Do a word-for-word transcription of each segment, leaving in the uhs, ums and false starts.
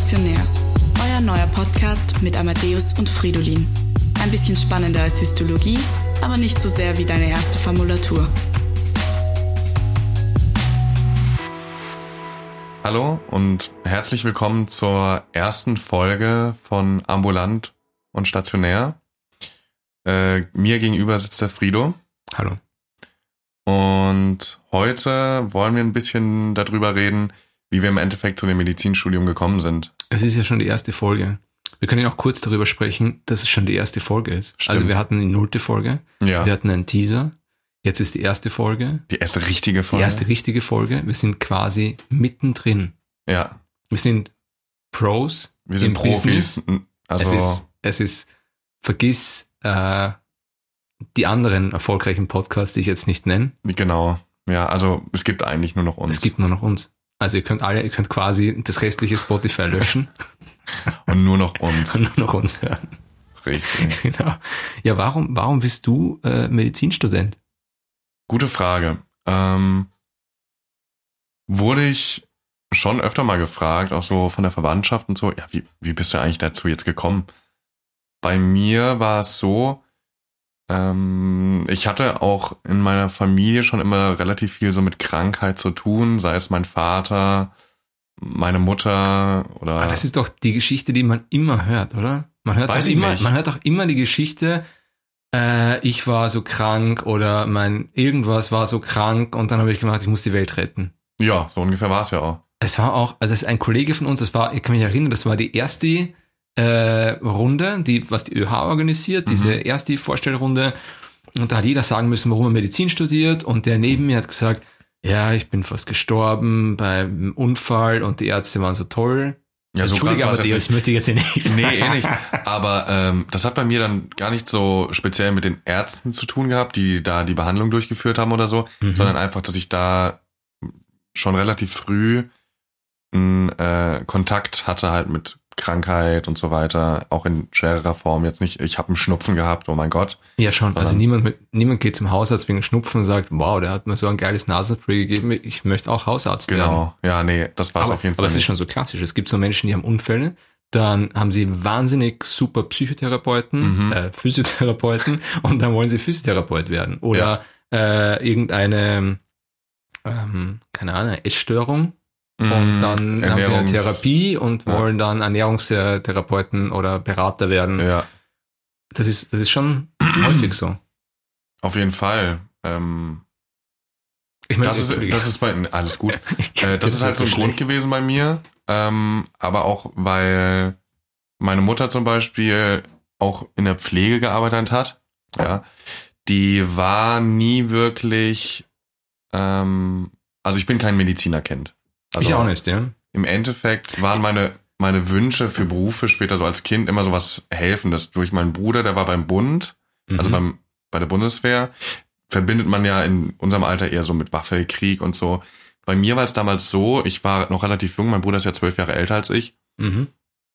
Stationär, euer neuer Podcast mit Amadeus und Fridolin. Ein bisschen spannender als Histologie, aber nicht so sehr wie deine erste Formulatur. Hallo und herzlich willkommen zur ersten Folge von Ambulant und Stationär. Äh, mir gegenüber sitzt der Frido. Hallo. Und heute wollen wir ein bisschen darüber reden, wie wir im Endeffekt zu dem Medizinstudium gekommen sind. Es ist ja schon die erste Folge. Wir können ja auch kurz darüber sprechen, dass es schon die erste Folge ist. Stimmt. Also wir hatten die nullte Folge, Ja. wir hatten einen Teaser, jetzt ist die erste Folge. Die erste richtige Die Folge. erste richtige Folge. Wir sind quasi mittendrin. Ja. Wir sind Pros. Wir sind im Profis. Business. Also Es ist, es ist, vergiss äh, die anderen erfolgreichen Podcasts, die ich jetzt nicht nenne. genau. Ja, also es gibt eigentlich nur noch uns. Es gibt nur noch uns. Also ihr könnt alle, ihr könnt quasi das restliche Spotify löschen Und nur noch uns. und nur noch uns hören. Richtig. Genau. Ja, warum, warum bist du äh, Medizinstudent? Gute Frage. Ähm, wurde ich schon öfter mal gefragt, auch so von der Verwandtschaft und so, ja, wie, wie bist du eigentlich dazu jetzt gekommen? Bei mir war es so, ähm, ich hatte auch in meiner Familie schon immer relativ viel so mit Krankheit zu tun, sei es mein Vater, meine Mutter oder... Aber das ist doch die Geschichte, die man immer hört, oder? Man hört, Weiß doch ich immer, nicht. man hört doch immer die Geschichte, äh, ich war so krank oder mein irgendwas war so krank und dann habe ich gemacht, ich muss die Welt retten. Ja, so ungefähr war es ja auch. Es war auch, also es ist ein Kollege von uns, das war, ich kann mich erinnern, das war die erste äh, Runde, die, was die ÖH organisiert, Mhm. diese erste Vorstellrunde. Und da hat jeder sagen müssen, warum er Medizin studiert. Und der neben mir hat gesagt, ja, ich bin fast gestorben beim Unfall und die Ärzte waren so toll. Ja, so krass Entschuldige, war aber es jetzt das möchte ich jetzt nicht sagen. Nee, eh nicht. Aber ähm, das hat bei mir dann gar nicht so speziell mit den Ärzten zu tun gehabt, die da die Behandlung durchgeführt haben oder so, Mhm. sondern einfach, dass ich da schon relativ früh einen äh, Kontakt hatte halt mit Krankheit und so weiter, auch in schwererer Form. Jetzt nicht, ich habe einen Schnupfen gehabt, oh mein Gott. Ja, schon. Also Sondern- niemand, mit, niemand geht zum Hausarzt wegen Schnupfen und sagt, wow, der hat mir so ein geiles Nasenspray gegeben, ich möchte auch Hausarzt werden. Genau. Ja, nee, das war es Aber, auf jeden aber Fall es ist nicht. schon so klassisch. Es gibt so Menschen, die haben Unfälle, dann haben sie wahnsinnig super Psychotherapeuten, Mhm. äh, Physiotherapeuten und dann wollen sie Physiotherapeut werden. Oder äh, irgendeine, ähm, keine Ahnung, Essstörung. Und Mm, dann haben sie eine Ernährungs- Therapie und Ja. wollen dann Ernährungstherapeuten oder Berater werden. Ja, Das ist, das ist schon häufig so. auf jeden Fall. Ähm, Ich meine, Das ist, das ist bei, alles gut. Äh, das ist halt so ein Grund gewesen bei mir. Ähm, aber auch, weil meine Mutter zum Beispiel auch in der Pflege gearbeitet hat. Ja. Die war nie wirklich, ähm, also ich bin kein Medizinerkind. Also Ich auch nicht, ja. Im Endeffekt waren meine, meine Wünsche für Berufe später so als Kind immer so was Helfendes. Durch meinen Bruder, der war beim Bund, also Mhm. beim, bei der Bundeswehr, verbindet man ja in unserem Alter eher so mit Waffe, Krieg und so. Bei mir war es damals so, ich war noch relativ jung, mein Bruder ist ja zwölf Jahre älter als ich. Mhm.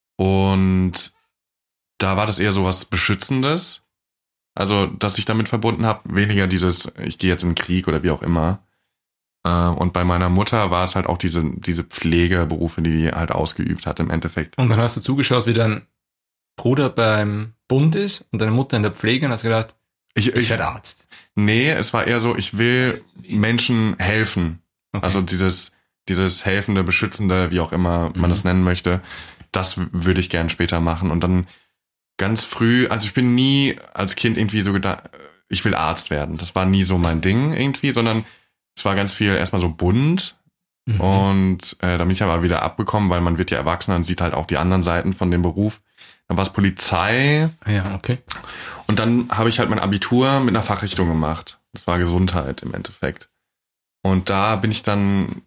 Und da war das eher so was Beschützendes. Also, dass ich damit verbunden habe, weniger dieses, ich gehe jetzt in den Krieg oder wie auch immer. Äh, Und bei meiner Mutter war es halt auch diese, diese Pflegeberufe, die die halt ausgeübt hat im Endeffekt. Und dann hast du zugeschaut, wie dein Bruder beim Bund ist und deine Mutter in der Pflege und hast gedacht, Ich, ich ich, werde Arzt. nee, es war eher so, ich will Menschen helfen. Okay. Also dieses, dieses helfende, beschützende, wie auch immer man Mhm. das nennen möchte, das w- würde ich gern später machen. Und dann ganz früh, also ich bin nie als Kind irgendwie so gedacht, ich will Arzt werden. Das war nie so mein Ding irgendwie, sondern es war ganz viel erstmal so bunt. Mhm. Und äh, da bin ich aber wieder abgekommen, weil man wird ja erwachsener und sieht halt auch die anderen Seiten von dem Beruf. Dann war es Polizei Ja, okay. und dann habe ich halt mein Abitur mit einer Fachrichtung gemacht. Das war Gesundheit im Endeffekt. Und da bin ich dann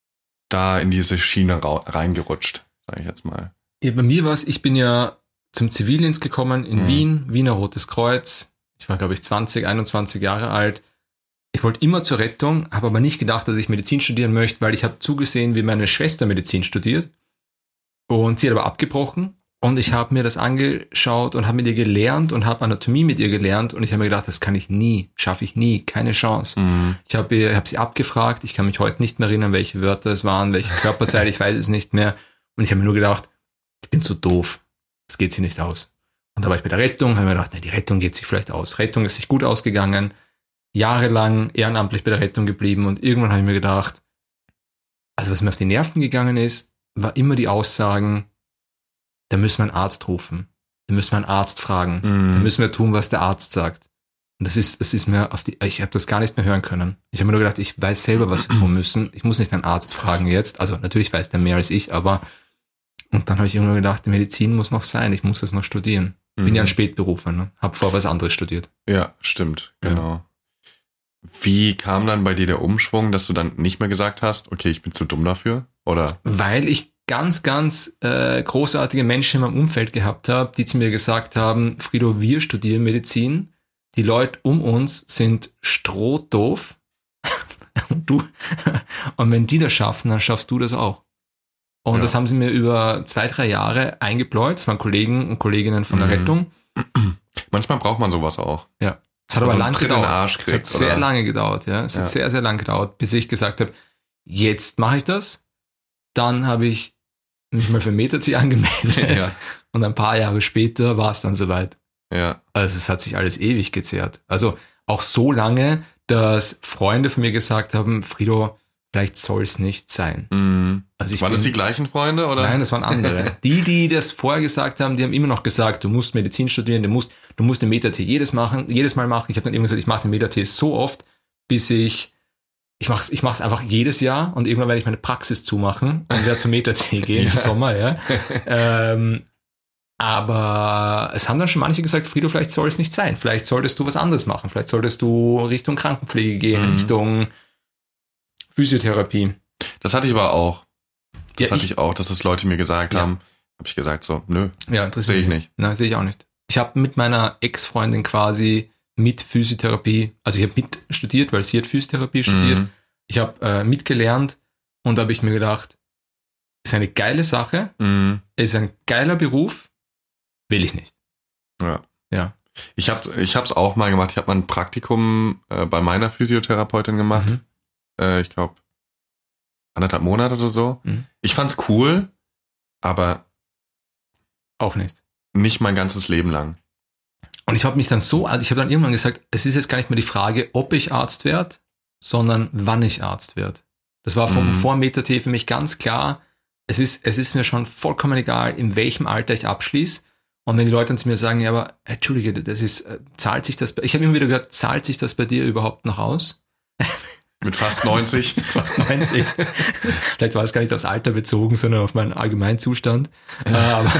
da in diese Schiene ra- reingerutscht, sage ich jetzt mal. Ja, bei mir war es, ich bin ja zum Zivildienst gekommen in Mhm. Wien, Wiener Rotes Kreuz. Ich war, glaube ich, zwanzig, einundzwanzig Jahre alt. Ich wollte immer zur Rettung, habe aber nicht gedacht, dass ich Medizin studieren möchte, weil ich habe zugesehen, wie meine Schwester Medizin studiert. Und sie hat aber abgebrochen. Und ich habe mir das angeschaut und habe mit ihr gelernt und habe Anatomie mit ihr gelernt. Und ich habe mir gedacht, das kann ich nie, schaffe ich nie, keine Chance. Mhm. Ich habe ihr- hab sie abgefragt. Ich kann mich heute nicht mehr erinnern, welche Wörter es waren, welche Körperteile, ich weiß es nicht mehr. Und ich habe mir nur gedacht, ich bin zu doof, das geht sich nicht aus. Und da war ich bei der Rettung, habe mir gedacht, nee, die Rettung geht sich vielleicht aus. Rettung ist sich gut ausgegangen, jahrelang ehrenamtlich bei der Rettung geblieben und irgendwann habe ich mir gedacht, also was mir auf die Nerven gegangen ist, war immer die Aussagen, da müssen wir einen Arzt rufen, da müssen wir einen Arzt fragen, Mhm. da müssen wir tun, was der Arzt sagt. Und das ist, das ist mir auf die, ich habe das gar nicht mehr hören können. Ich habe mir nur gedacht, ich weiß selber, was wir tun müssen. Ich muss nicht einen Arzt fragen jetzt. Also natürlich weiß der mehr als ich, aber und dann habe ich irgendwann gedacht, die Medizin muss noch sein, ich muss das noch studieren. Bin Mhm. ja ein Spätberufler, ne? Hab vorher was anderes studiert. Ja, stimmt, Ja. genau. Wie kam dann bei dir der Umschwung, dass du dann nicht mehr gesagt hast, okay, ich bin zu dumm dafür? Oder? Weil ich ganz, ganz äh, großartige Menschen in meinem Umfeld gehabt habe, die zu mir gesagt haben, Frido, wir studieren Medizin, die Leute um uns sind strohdoof und du, und wenn die das schaffen, dann schaffst du das auch. Und Ja. das haben sie mir über zwei, drei Jahre eingebläut. Das waren Kollegen und Kolleginnen von der Mhm. Rettung. Manchmal braucht man sowas auch. Ja. Es hat Also aber einen lang Tritt in den gedauert. Arsch Es kriegt, hat sehr oder? lange gedauert, ja. Es Ja. hat sehr, sehr lange gedauert, bis ich gesagt habe, jetzt mache ich das. Dann habe ich mich mal für Meta-T angemeldet. Ja. Und ein paar Jahre später war es dann soweit. Ja. Also es hat sich alles ewig gezehrt. Also auch so lange, dass Freunde von mir gesagt haben, Frido, vielleicht soll es nicht sein. Mhm. Also ich Waren bin, das die gleichen Freunde, oder? Nein, das waren andere. Die, die das vorher gesagt haben, die haben immer noch gesagt, du musst Medizin studieren, du musst, du musst den Meta-T jedes machen, jedes Mal machen. Ich habe dann irgendwann gesagt, ich mache den Meta-T so oft, bis ich, ich mache es ich mach's einfach jedes Jahr und irgendwann werde ich meine Praxis zumachen und werde zum Meta-T gehen im Sommer, ja. ähm, aber es haben dann schon manche gesagt, Frido, vielleicht soll es nicht sein. Vielleicht solltest du was anderes machen. Vielleicht solltest du Richtung Krankenpflege gehen, Mhm. Richtung Physiotherapie. Das hatte ich aber auch. Das Ja, hatte ich- ich auch, dass das Leute mir gesagt Ja. haben. Habe ich gesagt so, nö. Ja, interessiert Sehe ich mich nicht. Nein, sehe ich auch nicht. Ich habe mit meiner Ex-Freundin quasi mit Physiotherapie, also ich habe mit studiert, weil sie hat Physiotherapie studiert. Mhm. Ich habe äh, mitgelernt und da habe ich mir gedacht, ist eine geile Sache, Mhm. ist ein geiler Beruf, will ich nicht. Ja. Ja. Ich habe ich hab's auch mal gemacht. Ich habe mal ein Praktikum äh, bei meiner Physiotherapeutin gemacht. Mhm. Äh, ich glaube, anderthalb Monate oder so. Mhm. Ich fand's cool, aber Auch nicht. nicht mein ganzes Leben lang. Und ich habe mich dann so, also ich habe dann irgendwann gesagt, es ist jetzt gar nicht mehr die Frage, ob ich Arzt werde, sondern wann ich Arzt werde. Das war vom Mhm. vor Meta-T für mich ganz klar. Es ist, es ist mir schon vollkommen egal, in welchem Alter ich abschließe. Und wenn die Leute dann zu mir sagen, ja, aber entschuldige, das ist, äh, zahlt sich das, bei, ich habe immer wieder gehört, zahlt sich das bei dir überhaupt noch aus? Mit fast neunzig. Fast neunzig. Vielleicht war es gar nicht aufs Alter bezogen, sondern auf meinen Allgemeinzustand. Äh, aber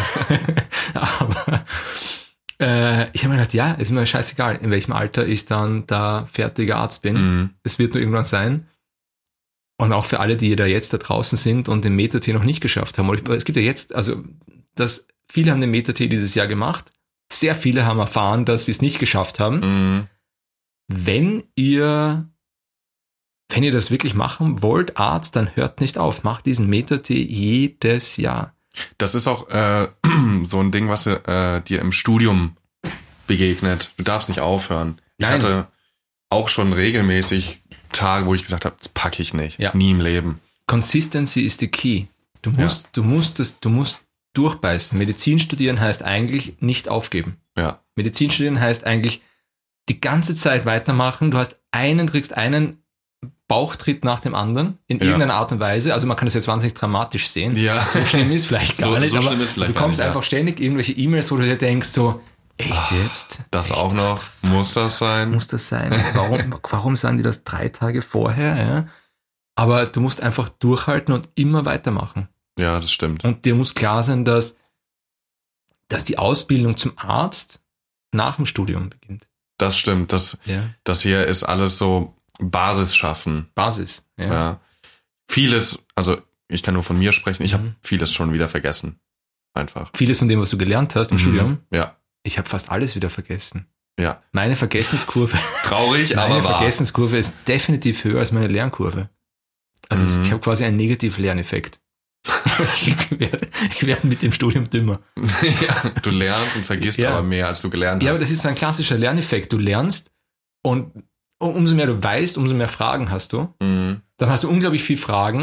aber äh, ich habe mir gedacht, ja, ist mir scheißegal, in welchem Alter ich dann da fertiger Arzt bin. Mhm. Es wird nur irgendwann sein. Und auch für alle, die da jetzt da draußen sind und den Meta-T noch nicht geschafft haben. Und es gibt ja jetzt, also das, viele haben den Meta-T dieses Jahr gemacht. Sehr viele haben erfahren, dass sie es nicht geschafft haben. Mhm. Wenn ihr, wenn ihr das wirklich machen wollt, Arzt, dann hört nicht auf. Macht diesen Meta-T jedes Jahr. Das ist auch äh, so ein Ding, was äh, dir im Studium begegnet. Du darfst nicht aufhören. Ich Nein. hatte auch schon regelmäßig Tage, wo ich gesagt habe, das packe ich nicht. Ja. Nie im Leben. Consistency is the key. Du musst, du musst das, du musst durchbeißen. Medizin studieren heißt eigentlich nicht aufgeben. Ja. Medizin studieren heißt eigentlich die ganze Zeit weitermachen. Du hast einen, du kriegst einen Bauchtritt nach dem anderen in Ja. irgendeiner Art und Weise. Also man kann das jetzt wahnsinnig dramatisch sehen. Ja. So schlimm ist vielleicht gar So- nicht, so aber schlimm ist vielleicht du gar bekommst nicht, ja. einfach ständig irgendwelche E-Mails, wo du dir denkst so, echt jetzt? Das echt? auch noch. Muss das sein? Muss das sein? Warum, warum sagen die das drei Tage vorher? Ja? Aber du musst einfach durchhalten und immer weitermachen. Ja, das stimmt. Und dir muss klar sein, dass, dass die Ausbildung zum Arzt nach dem Studium beginnt. Das stimmt. Das, Ja. das hier ist alles so Basis schaffen. Basis. Ja. Ja. Vieles, also ich kann nur von mir sprechen, ich Mhm. habe vieles schon wieder vergessen. Einfach. Vieles von dem, was du gelernt hast im Mhm. Studium, Ja. ich habe fast alles wieder vergessen. Ja. Meine Vergessenskurve, Traurig, meine aber wahr. Vergessenskurve ist definitiv höher als meine Lernkurve. Also Mhm. ich habe quasi einen Negativ-Lerneffekt. ich werde ich werd mit dem Studium dümmer. Ja, du lernst und vergisst Ja. aber mehr, als du gelernt Ja, aber hast. das ist so ein klassischer Lerneffekt. Du lernst und umso mehr du weißt, umso mehr Fragen hast du. Mhm. Dann hast du unglaublich viel Fragen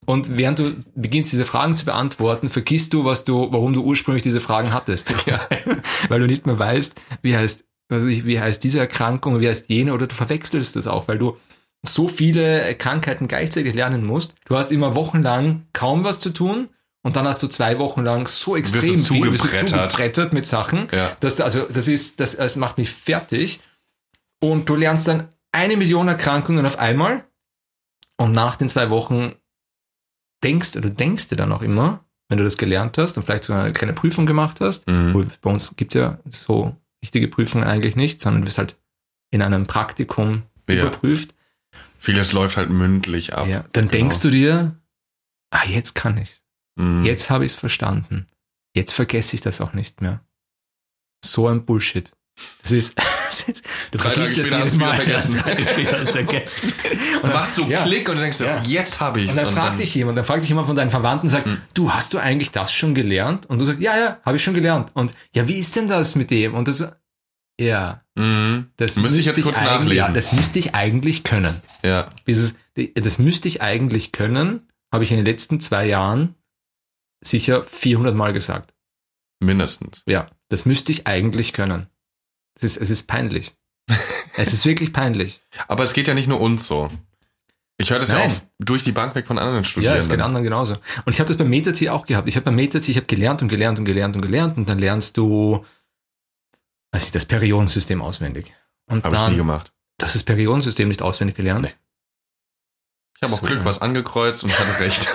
Und während du beginnst, diese Fragen zu beantworten, vergisst du, was du, warum du ursprünglich diese Fragen hattest. Ja. Weil du nicht mehr weißt, wie heißt, also wie heißt diese Erkrankung, wie heißt jene, oder du verwechselst das auch, weil du so viele Krankheiten gleichzeitig lernen musst. Du hast immer wochenlang kaum was zu tun und dann hast du zwei Wochen lang so extrem bist du viel, bist du zugebrettert. zugebrettert mit Sachen. Ja. Dass, also das ist, das, das macht mich fertig. Und du lernst dann eine Million Erkrankungen auf einmal und nach den zwei Wochen denkst, oder denkst du dann auch immer, wenn du das gelernt hast und vielleicht sogar eine kleine Prüfung gemacht hast, Mhm. wo bei uns gibt es ja so richtige Prüfungen eigentlich nicht, sondern du wirst halt in einem Praktikum Ja. überprüft. Vieles läuft halt mündlich ab. Ja, dann Genau. denkst du dir, ah, jetzt kann ich's. Mhm. Jetzt habe ich es verstanden. Jetzt vergesse ich das auch nicht mehr. So ein Bullshit. Das ist, das ist du Drei Tage vergisst später das hast du jedes wieder Mal. vergessen. Drei Tage später hast du vergessen. Und dann, macht so ja. Klick und du denkst, Ja. so, jetzt habe ich's. Und dann fragt dich jemand, dann fragt dich jemand von deinen Verwandten und sagt, Mhm. du, hast du eigentlich das schon gelernt? Und du sagst, ja, ja, habe ich schon gelernt. Und ja, wie ist denn das mit dem? Und das, ja, Mhm. das Müsste ich jetzt kurz eigentlich, nachlesen. ja, das müsste ich eigentlich können. Ja. Dieses, das müsste ich eigentlich können, habe ich in den letzten zwei Jahren sicher vierhundert Mal gesagt. Mindestens. Ja, das müsste ich eigentlich können. Es ist, es ist peinlich. Es ist wirklich peinlich. Aber es geht ja nicht nur uns so. Ich höre das Nein. ja auch durch die Bank weg von anderen Ja, Studierenden. es geht anderen genauso. Und ich habe das beim MetaT auch gehabt. Ich habe beim MetaT, ich habe gelernt und gelernt und gelernt und gelernt und dann lernst du, weiß ich, das Periodensystem auswendig. Und Habe ich nie dann, gemacht. du hast das Periodensystem nicht auswendig gelernt. Nee. Ich habe auch So, Glück ja. was angekreuzt und hatte recht.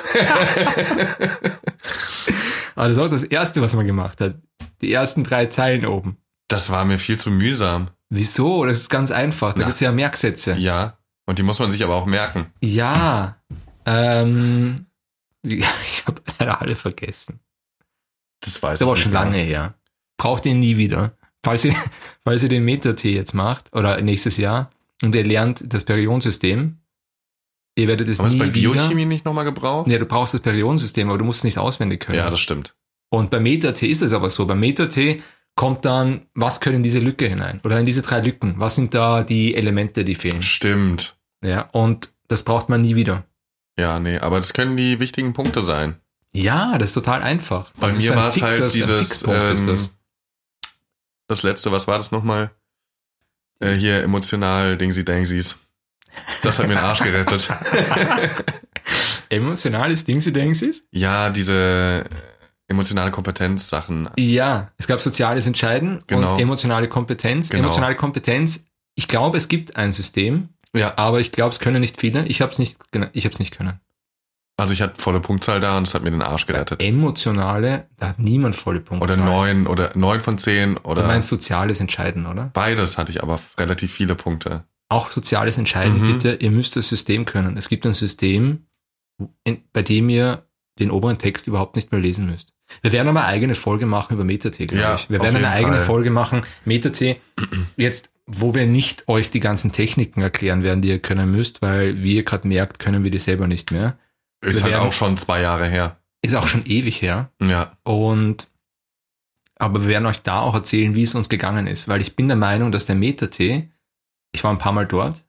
Aber das ist auch das Erste, was man gemacht hat. Die ersten drei Zeilen oben. Das war mir viel zu mühsam. Wieso? Das ist ganz einfach. Da Na. gibt's ja Merksätze. Ja. Und die muss man sich aber auch merken. Ja. Ähm, wie- ich habe leider alle vergessen. Das weiß Ist aber auch ich schon nicht lange mehr. her. Braucht ihr nie wieder. Falls ihr, falls ihr den Meta-T jetzt macht, oder nächstes Jahr, und ihr lernt das Periodensystem, ihr werdet es Aber ist nie bei wieder... Biochemie nicht nochmal gebraucht? Ja, du brauchst das Periodensystem, aber du musst es nicht auswendig können. Ja, das stimmt. Und beim Meta-T ist es aber so. Beim Meta-T kommt dann, was können in diese Lücke hinein? Oder in diese drei Lücken? Was sind da die Elemente, die fehlen? Stimmt. Ja, und das braucht man nie wieder. Ja, nee, aber das können die wichtigen Punkte sein. Ja, das ist total einfach. Bei das mir ist ein war es fixer- halt ein dieses, Fixpunkt ist ähm, das. das letzte, was war das nochmal? Äh, hier emotional Dingsy-Dangsies. Das hat mir den Arsch gerettet. Emotionales Dingsi-Dengsis? Ja, diese emotionale Kompetenz-Sachen. Ja, es gab soziales Entscheiden Genau. und emotionale Kompetenz. Genau. Emotionale Kompetenz, ich glaube, es gibt ein System, Ja. aber ich glaube, es können nicht viele. Ich habe es nicht, gena- ich habe es nicht können. Also ich hatte volle Punktzahl da und das hat mir den Arsch gerettet. Emotionale, da hat niemand volle Punkte. Oder neun oder neun von zehn Du oder meinst soziales Entscheiden, oder? beides hatte ich aber relativ viele Punkte. Auch soziales Entscheiden, Mhm. bitte, ihr müsst das System können. Es gibt ein System, in, bei dem ihr den oberen Text überhaupt nicht mehr lesen müsst. Wir werden aber eine eigene Folge machen über Meta-T, glaube Ja, ich. Wir auf werden eine jeden eigene Fall. Folge machen, Meta-T, jetzt, wo wir nicht euch die ganzen Techniken erklären werden, die ihr können müsst, weil, wie ihr gerade merkt, können wir die selber nicht mehr. Ist Wir halt werden- auch schon zwei Jahre her. Ist auch schon ewig her. Ja. Und, aber wir werden euch da auch erzählen, wie es uns gegangen ist, weil ich bin der Meinung, dass der Meta-T, ich war ein paar Mal dort,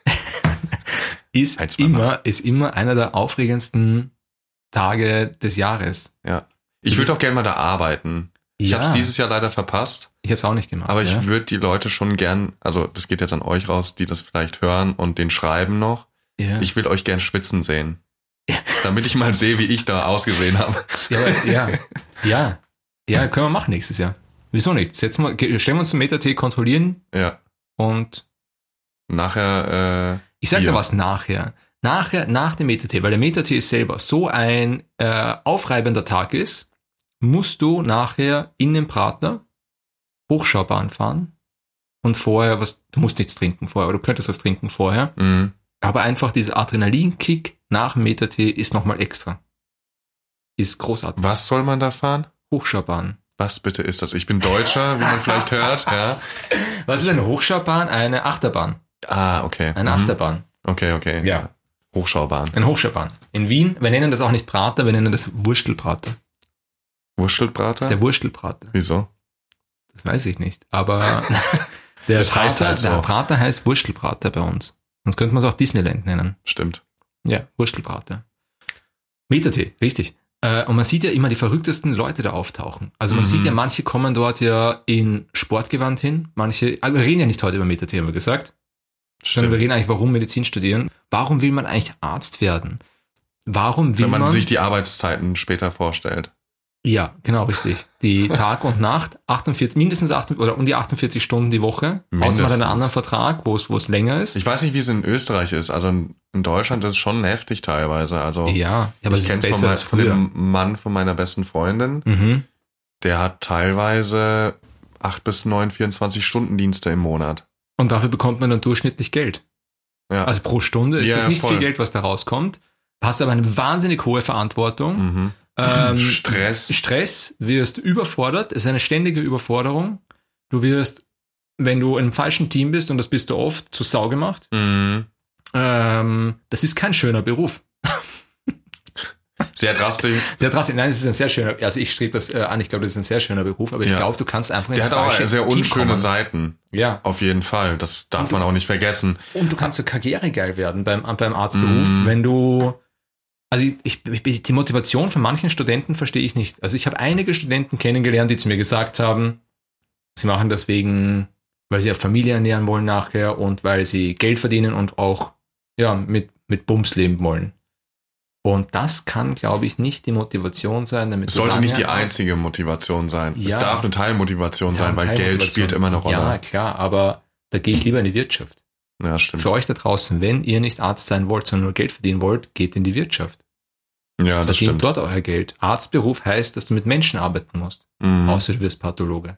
ist Ein, zwei Mal. immer, ist immer einer der aufregendsten Tage des Jahres. Ja. Ich Du würde bist- auch gerne mal da arbeiten. Ich ja, habe es dieses Jahr leider verpasst, ich habe es auch nicht gemacht. aber ich ja. würde die Leute schon gern, also das geht jetzt an euch raus, die das vielleicht hören und den schreiben noch. ja. Ich will euch gern schwitzen sehen. Damit ich mal sehe, wie ich da ausgesehen habe. Ja, aber, ja, ja, ja, können wir machen nächstes Jahr. Wieso nicht? Setzen wir, ge- stellen wir uns zum Meta-T, kontrollieren Ja. und Nachher, ich sag Bier. dir was nachher. Nachher, nach dem Meta-T, weil der Meta-T ist selber so ein äh, aufreibender Tag ist, musst du nachher in den Prater Hochschaubahn fahren und vorher was, du musst nichts trinken vorher, oder du könntest was trinken vorher, äh, mh. aber einfach dieser Adrenalinkick nach dem Meta-T ist nochmal extra. Ist großartig. Was soll man da fahren? Hochschaubahn. Was bitte ist das? Ich bin Deutscher, wie man vielleicht hört. Ja. Was ist eine Hochschaubahn? Eine Achterbahn. Ah, okay. Eine Mhm. Achterbahn. Okay, okay. Ja. Hochschaubahn. Eine Hochschaubahn. In Wien, wir nennen das auch nicht Prater, wir nennen das Wurstelprater. Das Wurstelbrater? ist der Wurstelprater. Wieso? Das weiß ich nicht. Aber der, Das heißt Prater, halt so. der Prater heißt Wurstelprater bei uns. Sonst könnte man es auch Disneyland nennen. Stimmt. Ja, Wurstelprater. Meta-T, richtig. Äh, und man sieht ja immer die verrücktesten Leute da auftauchen. Also man Mhm. sieht ja, manche kommen dort ja in Sportgewand hin, manche, aber wir reden ja nicht heute über Meta-T, haben wir gesagt, sondern wir reden eigentlich, warum Medizin studieren. Warum will man eigentlich Arzt werden? Warum will Wenn man, man sich die Arbeitszeiten später vorstellt. Ja, genau, richtig. Die Tag und Nacht, achtundvierzig, mindestens achtundvierzig oder um die achtundvierzig Stunden die Woche. Außer man hat einen Mindestens. anderen Vertrag, wo es, wo es länger ist. Ich weiß nicht, wie es in Österreich ist. Also in in Deutschland ist es schon heftig teilweise. Also ja, ja, aber es ich ist kenne es von, besser mein- als von früher. dem Mann von meiner besten Freundin. Mhm. Der hat teilweise acht bis neun vierundzwanzig-Stunden-Dienste im Monat. Und dafür bekommt man dann durchschnittlich Geld. Ja. Also pro Stunde ist Ja, das nicht voll. viel Geld, was da rauskommt. Hast aber eine wahnsinnig hohe Verantwortung. Mhm. Ähm, Stress. Stress, wirst überfordert, es ist eine ständige Überforderung. Du wirst, wenn du in einem falschen Team bist, und das bist du oft, zu Sau gemacht. Mhm. Ähm, das ist kein schöner Beruf. Sehr drastisch. Sehr drastisch. Nein, es ist ein sehr schöner, also ich strebe das äh, an, ich glaube, das ist ein sehr schöner Beruf, aber ich Ja. glaube, du kannst einfach Der ins hat auch falsche sehr Team unschöne kommen. Seiten. Ja. Auf jeden Fall. Das darf man auch nicht vergessen. Und du kannst so karrieregeil werden beim, beim Arztberuf, Mhm. wenn du, also ich, ich, die Motivation von manchen Studenten verstehe ich nicht. Also ich habe einige Studenten kennengelernt, die zu mir gesagt haben, sie machen das wegen, weil sie eine Familie ernähren wollen nachher und weil sie Geld verdienen und auch, ja, mit, mit Bums leben wollen. Und das kann, glaube ich, nicht die Motivation sein, damit Es du sollte lange nicht die Arzt- einzige Motivation sein. Es Ja. darf eine Teilmotivation Ja, sein, weil Geld Teilmotivation. spielt immer eine Rolle. Ja, klar, aber da gehe ich lieber in die Wirtschaft. Ja, stimmt. Für euch da draußen, wenn ihr nicht Arzt sein wollt, sondern nur Geld verdienen wollt, geht in die Wirtschaft. Ja, das Verdient stimmt. dort euer Geld. Arztberuf heißt, dass du mit Menschen arbeiten musst. Mhm. Außer du wirst Pathologe.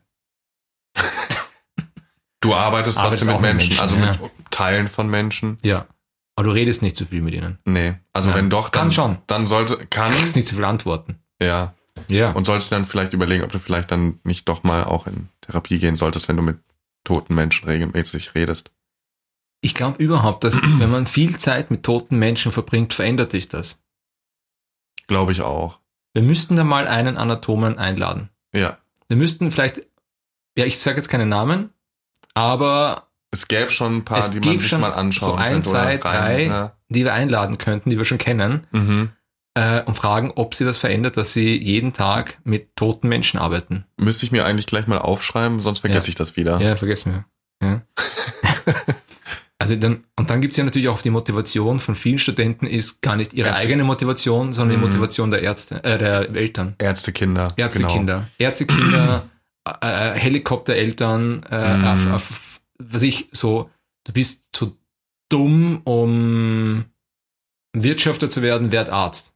Du arbeitest Arbeitest trotzdem mit auch mit Menschen, Menschen, also ja. mit Teilen von Menschen. Ja. Aber du redest nicht zu viel mit ihnen. Nee, also Nein. wenn doch, dann, Kann schon. dann sollte, Du kann, kriegst nicht zu viel Antworten. ja. Ja. Und solltest dann vielleicht überlegen, ob du vielleicht dann nicht doch mal auch in Therapie gehen solltest, wenn du mit toten Menschen regelmäßig redest. Ich glaube überhaupt, dass wenn man viel Zeit mit toten Menschen verbringt, verändert sich das. Glaube ich auch. Wir müssten da mal einen Anatomen einladen. Ja. Wir müssten vielleicht, ja, ich sage jetzt keine Namen, aber Es gäbe schon ein paar, Es die man gibt sich schon mal anschauen so ein, könnte. zwei, oder rein, drei. Ja. die wir einladen könnten, die wir schon kennen, Mhm. äh, und fragen, ob sie das verändert, dass sie jeden Tag mit toten Menschen arbeiten. Müsste ich mir eigentlich gleich mal aufschreiben, sonst vergesse Ja. ich das wieder. Ja, vergessen wir. Ja. Also dann, und dann gibt es ja natürlich auch die Motivation von vielen Studenten ist gar nicht ihre Ärzte. eigene Motivation, sondern Mhm. die Motivation der Ärzte, äh, der Eltern. Ärztekinder. Ärztekinder. Ärztekinder, äh, Helikoptereltern, äh, Mhm. auf, auf, was ich so, du bist zu dumm, um Wirtschafter zu werden, werd Arzt.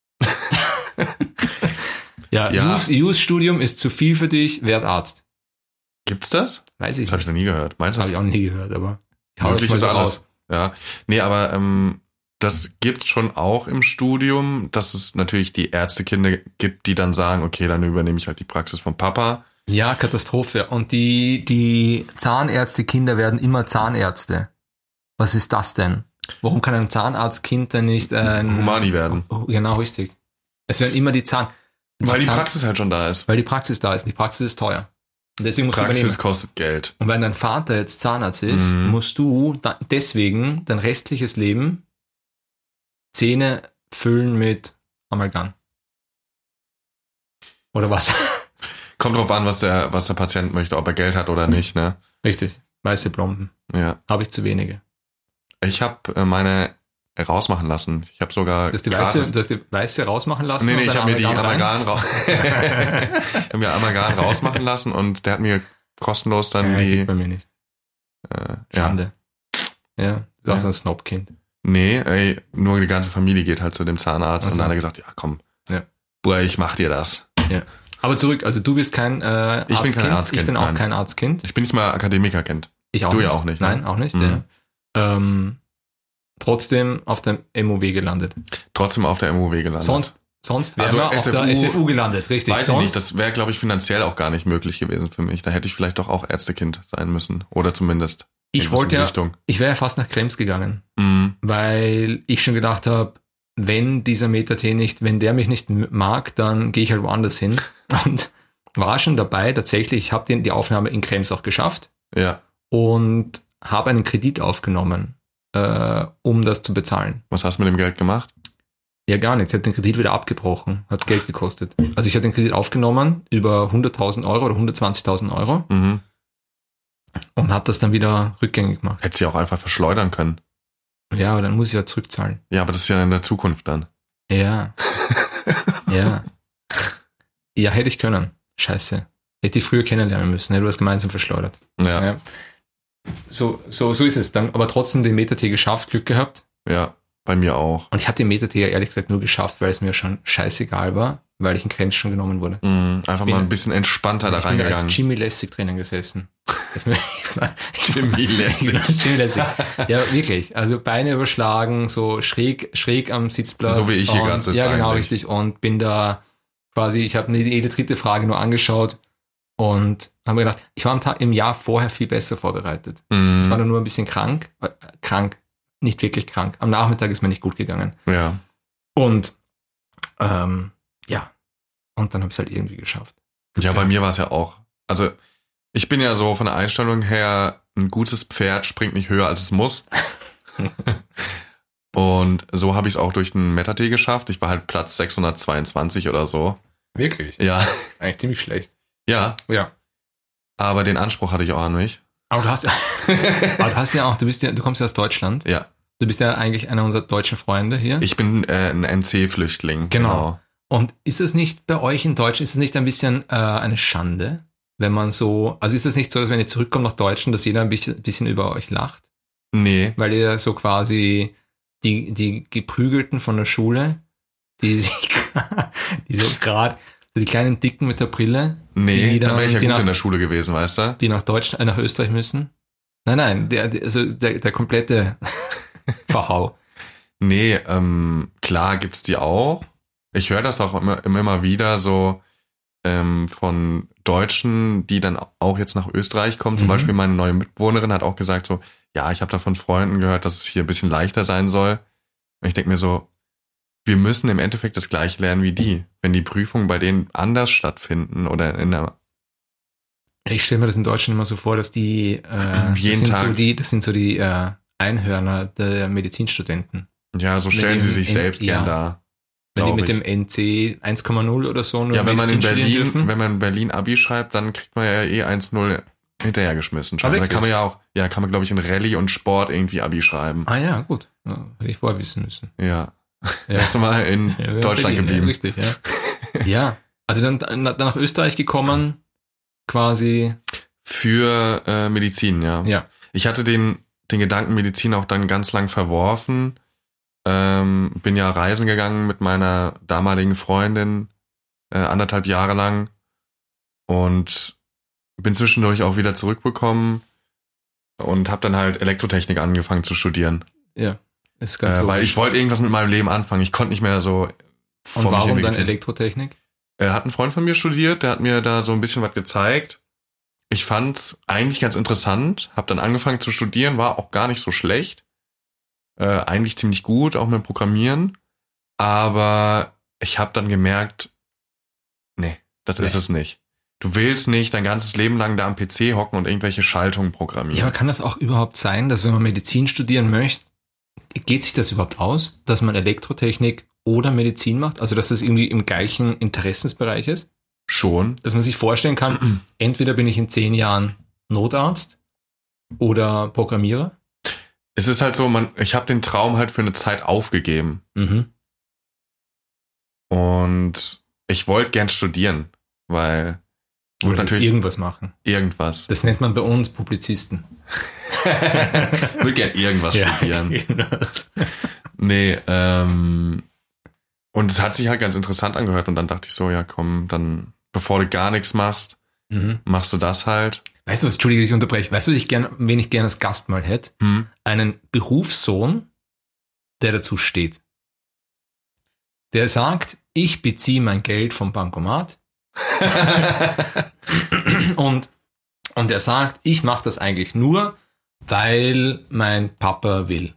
ja, Ja. Use- Use-Studium ist zu viel für dich, werd Arzt. Gibt's das? Weiß ich Das habe ich nicht. noch nie gehört. Meinst du Habe das? ich auch nie gehört, aber ich hau Möglich jetzt ist mal so alles. raus. Ja. Nee, aber ähm, das gibt schon auch im Studium, dass es natürlich die Ärztekinder gibt, die dann sagen, okay, dann übernehme ich halt die Praxis vom Papa. Ja, Katastrophe. Und die, die Zahnärzte-Kinder werden immer Zahnärzte. Was ist das denn? Warum kann ein Zahnarztkind denn nicht ein... Humani werden. Oh, genau, richtig. Es werden immer die Zahn... Weil die Zahn- Praxis halt schon da ist. Weil die Praxis da ist. Und die Praxis ist teuer. Und deswegen musst du Praxis übernehmen. kostet Geld. Und wenn dein Vater jetzt Zahnarzt ist, Mhm. musst du da deswegen dein restliches Leben Zähne füllen mit Amalgam. Oder was? Kommt drauf an, was der, was der Patient möchte, ob er Geld hat oder nicht, ne? Richtig. Weiße Blomben. Ja. Habe ich zu wenige. Ich habe äh, meine rausmachen lassen. Ich habe sogar Du hast die gratis- weiße, du hast die weiße rausmachen lassen? Nee, nee, und ich dann habe mir die Amalgam rein? Amalgam raus. Ich habe mir Amalgam rausmachen lassen und der hat mir kostenlos dann Ja, die. geht bei mir nicht. Äh, ja. Schande. Ja, du Ja. bist ein Snobkind. Nee, ey, nur die ganze Familie geht halt zu dem Zahnarzt Ach so. und dann hat er gesagt, ja komm, Ja. Bruder, ich mach dir das. Aber zurück, also du bist kein äh, Ich bin Arztkind. kein Arztkind, Ich bin auch nein. kein Arztkind. Ich bin nicht mal Akademikerkind. Ich auch Du nicht. ja auch nicht, ne? Nein, auch nicht. Mhm. Ja. Ähm, trotzdem auf dem M O W gelandet. Trotzdem auf der M U W gelandet. Sonst, sonst wären Also wir auf S F U der S F U gelandet, richtig. Weiß ich Sonst, nicht, das wäre, glaube ich, finanziell auch gar nicht möglich gewesen für mich. Da hätte ich vielleicht doch auch Ärztekind sein müssen. Oder zumindest ich irgendwas in wollte die ja, Richtung. ich wäre ja fast nach Krems gegangen, Mhm. weil ich schon gedacht habe, wenn dieser Meta-T nicht, wenn der mich nicht mag, dann gehe ich halt woanders hin. Und war schon dabei, tatsächlich, ich habe die Aufnahme in Krems auch geschafft Ja. und habe einen Kredit aufgenommen, äh, um das zu bezahlen. Was hast du mit dem Geld gemacht? Ja, gar nichts. Ich habe den Kredit wieder abgebrochen. Hat Geld gekostet. Also ich habe den Kredit aufgenommen über hunderttausend Euro oder hundertzwanzigtausend Euro Mhm. und habe das dann wieder rückgängig gemacht. Hättest du ja auch einfach verschleudern können. Ja, aber dann muss ich ja zurückzahlen. Ja, aber das ist ja in der Zukunft dann. Ja. ja. Ja, hätte ich können. Scheiße. Hätte ich früher kennenlernen müssen. Hätte du das gemeinsam verschleudert. Ja, ja. Ja. So, so, so ist es. Dann aber trotzdem den Meta-T geschafft, Glück gehabt. Bei mir auch. Und ich hatte den Meta-T ja ehrlich gesagt nur geschafft, weil es mir schon scheißegal war, weil ich in Grenz schon genommen wurde. Mhm. Einfach bin- mal ein bisschen entspannter da Ich bin da reingegangen. als Jimmy Lässig drinnen gesessen. Jimmy Lässig. Jimmy Lässig. Ja, wirklich. Also Beine überschlagen, so schräg, schräg am Sitzplatz. So wie ich hier Und- gerade sitze Ja, genau, eigentlich. richtig. Und bin da quasi, ich habe mir jede dritte Frage nur angeschaut und habe mir gedacht, ich war am Tag, im Jahr vorher viel besser vorbereitet. Ich war Mhm. da nur ein bisschen krank. Äh, krank. Nicht wirklich krank. Am Nachmittag ist mir nicht gut gegangen. Ja. Und ähm, ja. Und dann habe ich es halt irgendwie geschafft. Ja, bei mir war es ja auch. Also, ich bin ja so von der Einstellung her, ein gutes Pferd springt nicht höher, als es muss. Und so habe ich es auch durch den Meta-T geschafft. Ich war halt Platz sechshundertzweiundzwanzig oder so. Wirklich? Ja, Eigentlich ziemlich schlecht. ja. Ja. Aber den Anspruch hatte ich auch an mich. Aber du hast, aber du hast ja auch, du bist ja, du kommst ja aus Deutschland. Ja. Du bist ja eigentlich einer unserer deutschen Freunde hier. Ich bin äh, ein N C-Flüchtling. Genau. Und ist es nicht bei euch in Deutschland, ist es nicht ein bisschen äh, eine Schande, wenn man so, also ist es nicht so, dass wenn ihr zurückkommt nach Deutschland, dass jeder ein bisschen, bisschen über euch lacht? Nee. Weil ihr so quasi die, die Geprügelten von der Schule, die sich, die so gerade, die kleinen Dicken mit der Brille, Nee, die dann dann- wäre ich ja die gut nach- in der Schule gewesen, weißt du? die nach Deutschland, äh, nach Österreich müssen. Nein, nein, der, der, also der, der komplette Verhau. Nee, ähm, klar gibt's die auch. Ich höre das auch immer, immer immer wieder so ähm, von Deutschen, die dann auch jetzt nach Österreich kommen. Zum Mhm. Beispiel meine neue Mitbewohnerin hat auch gesagt so, ja, ich habe da von Freunden gehört, dass es hier ein bisschen leichter sein soll. Und ich denke mir so, wir müssen im Endeffekt das gleiche lernen wie die. Wenn die Prüfungen bei denen anders stattfinden oder in der Ich stelle mir das in Deutschland immer so vor, dass die, äh, Jeden das sind Tag. so die, das sind so die äh, Einhörner der Medizinstudenten. ja, so Wenn stellen die sie im- sich in- selbst ja. gern dar. Wenn die glaub mit ich. dem N C eins Komma null oder so nur Ja, wenn man in Medizin studieren Berlin, dürfen. wenn man in Berlin Abi schreibt, dann kriegt man ja eh eins null hinterhergeschmissen. Ah, scheinbar. Da wirklich? kann man ja auch, ja, kann man glaube ich in Rallye und Sport irgendwie Abi schreiben. Ah ja, gut. Ja, hätte ich vorher wissen müssen. Ja. Ja. Erst mal in Ja, Deutschland Berlin, geblieben. Ja, richtig, ja. ja, also dann, dann nach Österreich gekommen, quasi, Für äh, Medizin, ja. ja. Ich hatte den, den Gedanken Medizin auch dann ganz lang verworfen. Ähm, bin ja reisen gegangen mit meiner damaligen Freundin äh, anderthalb Jahre lang und bin zwischendurch auch wieder zurückbekommen und habe dann halt Elektrotechnik angefangen zu studieren. Ja, ist ganz Äh, logisch. weil ich wollte irgendwas mit meinem Leben anfangen. Ich konnte nicht mehr so vor Und mich warum dann hinvegetieren. Elektrotechnik? Er hat ein Freund von mir studiert, der hat mir da so ein bisschen was gezeigt. Ich fand's eigentlich ganz interessant, habe dann angefangen zu studieren, war auch gar nicht so schlecht. Äh, eigentlich ziemlich gut, auch mit dem Programmieren. Aber ich habe dann gemerkt, nee, das Nee. ist es nicht. Du willst nicht dein ganzes Leben lang da am P C hocken und irgendwelche Schaltungen programmieren. Ja, aber kann das auch überhaupt sein, dass wenn man Medizin studieren möchte, geht sich das überhaupt aus, dass man Elektrotechnik oder Medizin macht? Also dass das irgendwie im gleichen Interessensbereich ist? Schon. Dass man sich vorstellen kann, entweder bin ich in zehn Jahren Notarzt oder Programmierer. Es ist halt so, man, ich habe den Traum halt für eine Zeit aufgegeben. Mhm. Und ich wollte gern studieren, weil gut, Oder natürlich irgendwas machen. irgendwas. Das nennt man bei uns Publizisten. Ich will gern irgendwas studieren. irgendwas. Nee, ähm, und es hat sich halt ganz interessant angehört und dann dachte ich so, ja komm, dann, bevor du gar nichts machst, Mhm. machst du das halt. Weißt du was, Entschuldige, ich unterbreche. Weißt du, was ich gern, wen ich gerne als Gast mal hätte? Hm. Einen Berufssohn, der dazu steht. Der sagt, ich beziehe mein Geld vom Bankomat und, und er sagt, ich mache das eigentlich nur, weil mein Papa will.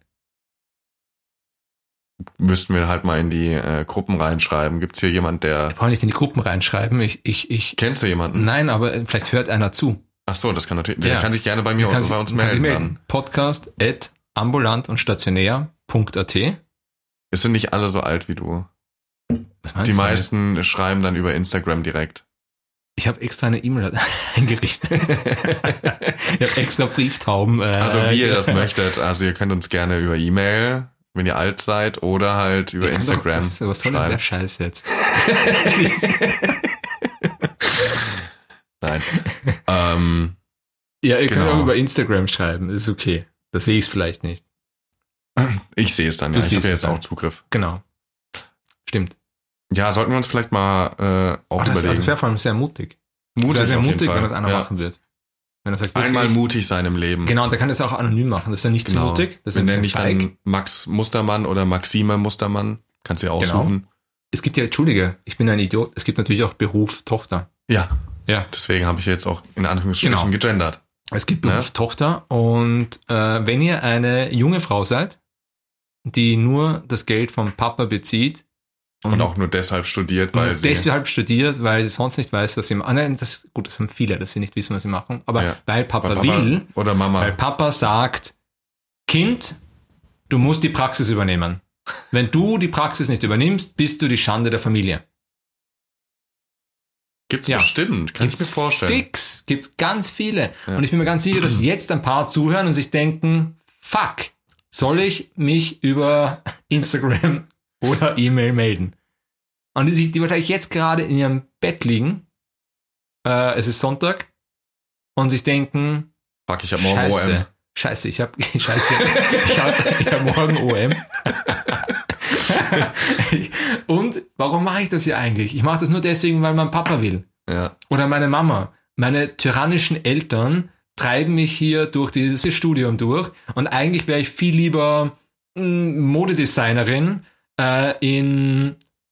Müssten wir halt mal in die äh, Gruppen reinschreiben. Gibt's hier jemand, der... Ich brauche nicht in die Gruppen reinschreiben. Ich, ich, ich, Kennst du jemanden? nein, aber vielleicht hört einer zu. Ach so, das kann natürlich... Ja. Der kann sich gerne bei mir Der kann oder sich- bei uns kann sich melden. Podcast at ambulant und stationär punkt at Es sind nicht alle so alt wie du. Was meinst Die du meisten jetzt? schreiben dann über Instagram direkt. Ich habe extra eine E-Mail eingerichtet. Ich habe extra Brieftauben. Äh, Also wie ihr das möchtet. Also ihr könnt uns gerne über E-Mail, wenn ihr alt seid, oder halt über Instagram doch, was, ist, was soll denn der Scheiß jetzt? Nein. ähm, ja, ihr genau. könnt auch über Instagram schreiben. Das ist okay. Da sehe ich es vielleicht nicht. Ich sehe es dann, Du ja. Ich habe siehst ja es jetzt auch dann. Zugriff. Genau. Stimmt. Ja, sollten wir uns vielleicht mal äh, auch Oh, das überlegen. das wäre vor allem sehr mutig. Mutig Das wäre sehr auf jeden mutig, Fall. wenn das einer Ja. machen wird. Wenn er sagt, wirklich, Einmal ich- mutig sein im Leben. Genau, und der kann das auch anonym machen. Das ist dann nicht Genau. zu mutig. Das ist Wenn ein der bisschen nicht feig. dann Max Mustermann oder Maxime Mustermann, kannst du ja Genau. aussuchen. Es gibt ja, Entschuldige, ich bin ein Idiot. Es gibt natürlich auch Beruf Tochter. Ja, Ja. deswegen habe ich jetzt auch in Anführungsstrichen Genau. gegendert. Es gibt Ja. Beruf Tochter und äh, wenn ihr eine junge Frau seid, die nur das Geld vom Papa bezieht Und auch nur deshalb studiert, weil und sie... deshalb studiert, weil sie sonst nicht weiß, dass sie... Ah, nein, das, gut, das haben viele, dass sie nicht wissen, was sie machen. Aber Ja. weil Papa, weil Papa will, oder Mama. weil Papa sagt, Kind, du musst die Praxis übernehmen. Wenn du die Praxis nicht übernimmst, bist du die Schande der Familie. Gibt's Ja. bestimmt, kann ich mir vorstellen. Fix, gibt's ganz viele. Ja. Und ich bin mir ganz sicher, dass jetzt ein paar zuhören und sich denken, fuck, soll ich mich über Instagram oder E-Mail melden? Und die, sich, die wahrscheinlich jetzt gerade in ihrem Bett liegen, äh, es ist Sonntag, und sich denken, Fuck, ich habe morgen O scheiße, M. scheiße, ich habe scheiße, ich hab, ich hab morgen O M. Und warum mache ich das hier eigentlich? Ich mache das nur deswegen, weil mein Papa will. Ja. Oder meine Mama. Meine tyrannischen Eltern treiben mich hier durch dieses Studium durch. Und eigentlich wäre ich viel lieber mh, Modedesignerin äh, in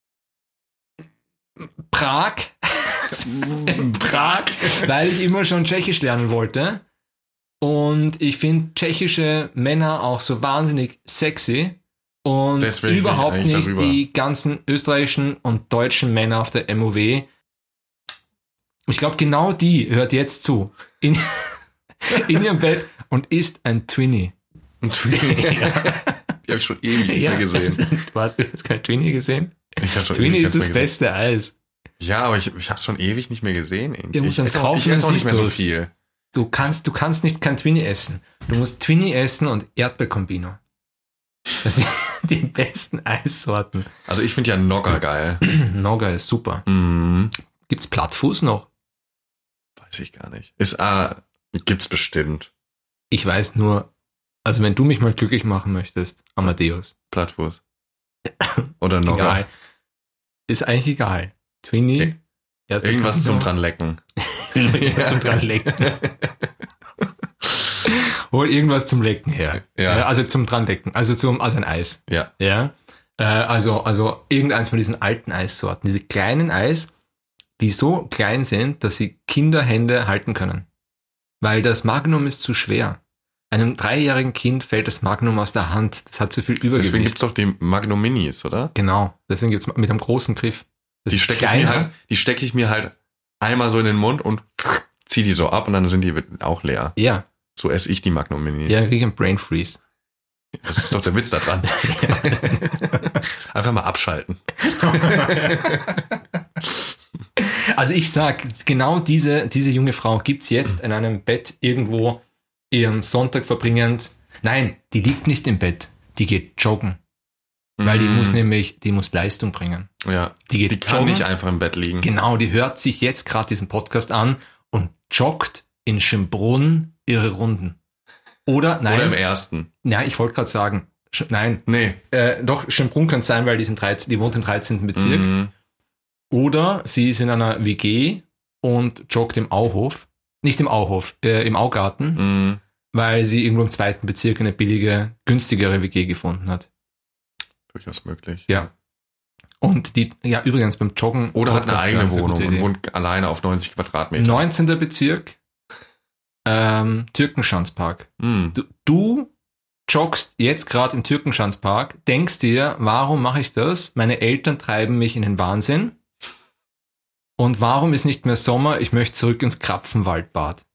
Prag. in Prag, weil ich immer schon Tschechisch lernen wollte. Und ich finde tschechische Männer auch so wahnsinnig sexy. Und Deswegen überhaupt bin ich eigentlich nicht darüber. die ganzen österreichischen und deutschen Männer auf der M O W. Ich glaube, genau die hört jetzt zu. In, in ihrem Bett und ist ein Twinnie. Und die habe ich schon ewig nicht mehr gesehen. Du hast, du hast kein Twinnie gesehen? Ich hab schon Twinnie ewig ist nicht das mehr gesehen. beste Eis. Ja, aber ich, ich habe schon ewig nicht mehr gesehen. Irgendwie. Du musst ich eins esse auch, kaufen, ich esse dann auch nicht mehr so siehst du's. viel. Du kannst, du kannst nicht kein Twinnie essen. Du musst Twinnie essen und Erdbeerkombino. Das sind die besten Eissorten. Also ich finde ja Nogger geil. Nogger ist super. Mhm. Gibt's Plattfuß noch? Weiß ich gar nicht. Ist, ah, gibt's bestimmt. Ich weiß nur, also wenn du mich mal glücklich machen möchtest, Amadeus. Plattfuß. Oder Nogger. Egal. Ist eigentlich egal. Twinnie, Irgendwas zum Erdbeerkombino, dran lecken. Irgendwas zum dran lecken. Hol irgendwas zum Lecken her. Ja. Also zum dran lecken. Also zum, also ein Eis. Ja. Ja. Äh, also, also irgendeins von diesen alten Eissorten. Diese kleinen Eis, die so klein sind, dass sie Kinderhände halten können. Weil das Magnum ist zu schwer. Einem dreijährigen Kind fällt das Magnum aus der Hand. Das hat zu viel Übergewicht. Deswegen gibt's doch die Magnum Minis, oder? Genau. Deswegen gibt's mit einem großen Griff. Das Die ist stecke ich, kleiner. mir halt, die steck ich mir halt einmal so in den Mund und zieh die so ab und dann sind die auch leer. Ja. So esse ich die Magnum Minis. Ja, krieg ich einen Brain Freeze. Das ist doch der Witz da dran. Einfach mal abschalten. Also ich sag, genau diese, diese junge Frau gibt's jetzt in einem Bett irgendwo ihren Sonntag verbringend. Nein, die liegt nicht im Bett. Die geht joggen. Weil die Mm. muss nämlich, die muss Leistung bringen. Ja. Die geht Die kann joggen. nicht einfach im Bett liegen. Genau, die hört sich jetzt gerade diesen Podcast an und joggt in Schönbrunn ihre Runden. Oder, nein, Oder im ersten. nein, ich wollte gerade sagen, Sch- nein, Nee. äh, doch, Schönbrunn könnte sein, weil die, sind dreizehn, die wohnt im dreizehnten Bezirk. Mhm. Oder sie ist in einer W G und joggt im Auhof. Nicht im Auhof, äh, im Augarten, Mhm. weil sie irgendwo im zweiten Bezirk eine billige, günstigere W G gefunden hat. Durchaus möglich. Ja. Und die, ja, übrigens beim Joggen. Oder hat eine Podcast eigene hören, ist eine Wohnung gute und Idee. wohnt alleine auf neunzig Quadratmeter. neunzehnter Bezirk, ähm, Türkenschanzpark. Mhm. Du, du joggst jetzt gerade im Türkenschanzpark, denkst dir, warum mache ich das? Meine Eltern treiben mich in den Wahnsinn. Und warum ist nicht mehr Sommer? Ich möchte zurück ins Krapfenwaldbad.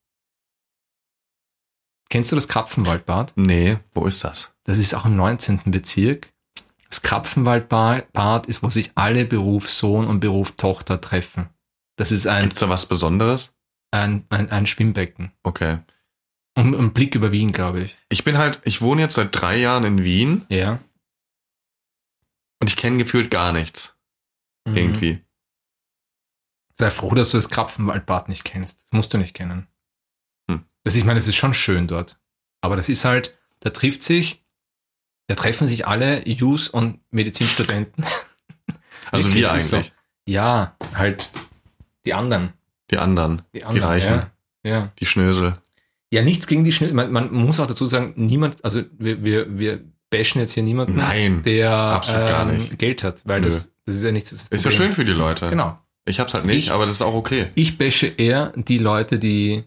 Kennst du das Krapfenwaldbad? Nee, wo ist das? Das ist auch im neunzehnten Bezirk. Das Krapfenwaldbad ist, wo sich alle Beruf Sohn und Beruf Tochter treffen. Das ist ein, Gibt's da was Besonderes? ein, ein, ein Schwimmbecken. Okay. Und ein Blick über Wien, glaube ich. Ich bin halt, ich wohne jetzt seit drei Jahren in Wien Ja. und ich kenne gefühlt gar nichts. Mhm. Irgendwie. Sei froh, dass du das Krapfenwaldbad nicht kennst. Das musst du nicht kennen. Hm. Das, ich meine, es ist schon schön dort. Aber das ist halt, da trifft sich, da treffen sich alle Jus- und Medizinstudenten. Also Wirklich, wir ist so. eigentlich. Ja, halt die anderen. Die anderen. Die, anderen, Reichen. Ja, ja. Die Schnösel. ja, nichts gegen die Schnell. Man, man muss auch dazu sagen, niemand, also wir, wir, wir bashen jetzt hier niemanden, Nein. der absolut gar ähm, nicht. Geld hat, weil Nö. das, das ist ja nichts. Das Ist ja schön für die Leute. Genau. Ich hab's halt nicht, Ich- aber das ist auch okay. Ich bashe eher die Leute, die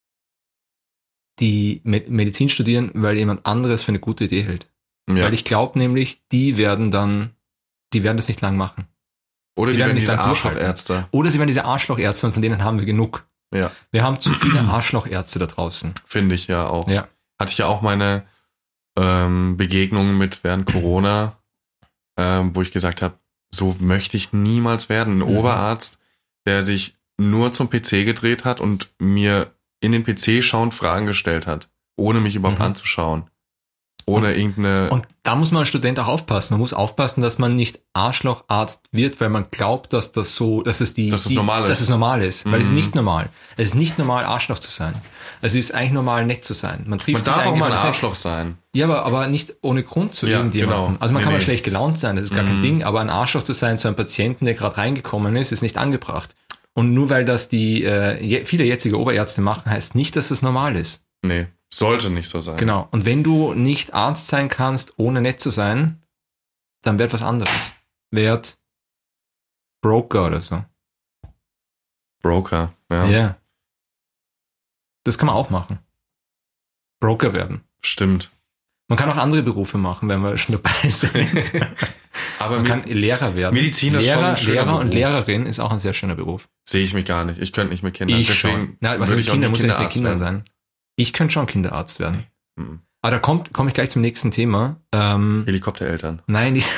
die Me- Medizin studieren, weil jemand anderes für eine gute Idee hält. Ja. Weil ich glaube nämlich, die werden dann, die werden das nicht lang machen. Oder die die werden werden nicht diese lang durchhalten. Arschlochärzte. Oder sie werden diese Arschlochärzte und von denen haben wir genug. Ja, Wir haben zu viele Arschlochärzte da draußen. finde ich ja auch. Ja. Hatte ich ja auch meine ähm, Begegnungen mit während Corona, ähm, wo ich gesagt habe, so möchte ich niemals werden. Ein Mhm. Oberarzt, der sich nur zum P C gedreht hat und mir in den P C schauend Fragen gestellt hat, ohne mich überhaupt Mhm. anzuschauen. Ohne irgendeine... Und da muss man als Student auch aufpassen. Man muss aufpassen, dass man nicht Arschlocharzt wird, weil man glaubt, dass das so, dass es die, Dass es die, normal ist. dass es normal ist. Weil es ist Mhm. nicht normal. Es ist nicht normal, Arschloch zu sein. Es ist eigentlich normal, nett zu sein. Man trifft man sich darf auch eigentlich, mal ein weil es nicht- Arschloch sein. Ja, aber, aber nicht ohne Grund zu Ja, irgendjemandem. genau. Also man Nee, kann mal nee. schlecht gelaunt sein, das ist gar kein Mhm. Ding, aber ein Arschloch zu sein zu einem Patienten, der gerade reingekommen ist, ist nicht angebracht. Und nur weil das die äh, je, viele jetzige Oberärzte machen, heißt nicht, dass es normal ist. Nee, sollte nicht so sein. Genau. Und wenn du nicht Arzt sein kannst, ohne nett zu sein, dann werd was anderes. Werd Broker oder so. Broker. Ja. Ja, Das kann man auch machen. Broker werden. stimmt. Man kann auch andere Berufe machen, wenn wir schon dabei sind. Aber Man mir kann Lehrer werden. Medizin ist schon Lehrer, ein schöner Lehrer und Beruf. Lehrerin ist auch ein sehr schöner Beruf. sehe ich mich gar nicht. Ich könnte nicht mit Kindern. Ich Deswegen schon. Nein, was würde mit ich auch Kindern nicht muss ja nicht mit Kinderarzt Kindern werden. sein. Ich könnte schon Kinderarzt werden. Hm. Aber da kommt, komme ich gleich zum nächsten Thema. Ähm, Helikoptereltern. nein, die,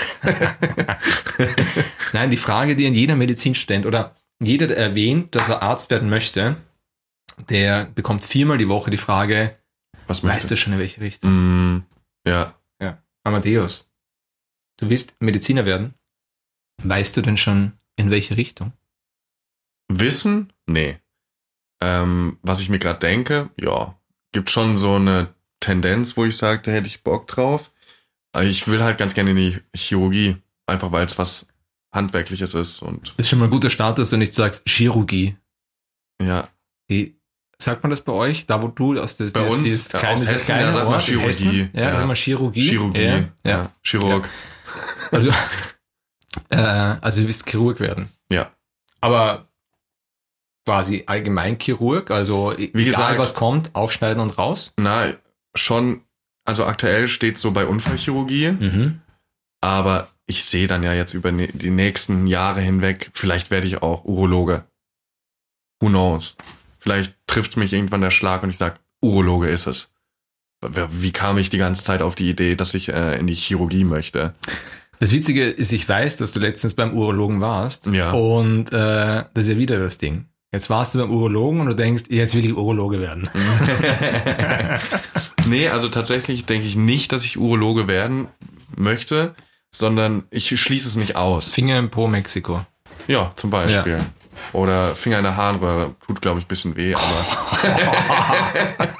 nein, die Frage, die an jeder Medizinstudent oder jeder, der erwähnt, dass er Arzt werden möchte, der bekommt viermal die Woche die Frage, Was weißt möchtest du schon in welche Richtung? Mm, ja. Ja. Amadeus, du willst Mediziner werden? Weißt du denn schon in welche Richtung? Wissen? Nee. Ähm, was ich mir gerade denke, ja, gibt schon so eine Tendenz, wo ich sage, da hätte ich Bock drauf. Aber ich will halt ganz gerne in die Chirurgie, einfach weil es was Handwerkliches ist und Ist schon mal ein guter Start, dass du nicht sagst Chirurgie. ja, Wie, sagt man das bei euch? Da, wo du aus des, Bei dieses, uns, dieses äh, kleine, aus sehr Hessen, kleine da sagt man Ort in Chirurgie. Hessen? Ja, Ja. da sagt man Chirurgie. Chirurgie, Ja, ja, ja. Chirurg. Also, äh, also du willst Chirurg werden. Ja. Aber quasi Allgemeinchirurg, also Wie egal gesagt- was kommt, aufschneiden und raus. Na, schon, also aktuell steht so bei Unfallchirurgie, Mhm. aber ich sehe dann ja jetzt über ne- die nächsten Jahre hinweg, vielleicht werde ich auch Urologe. Who knows? Vielleicht trifft mich irgendwann der Schlag und ich sage, Urologe ist es. Wie kam ich die ganze Zeit auf die Idee, dass ich äh, in die Chirurgie möchte? Das Witzige ist, ich weiß, dass du letztens beim Urologen warst. Ja. Und äh, das ist ja wieder das Ding. Jetzt warst du beim Urologen und du denkst, jetzt will ich Urologe werden. Nee, also tatsächlich denke ich nicht, dass ich Urologe werden möchte, sondern ich schließe es nicht aus. Finger im Po Mexiko. Ja, zum Beispiel. Oder Finger in der Harnröhre. Tut, glaube ich, ein bisschen weh, aber...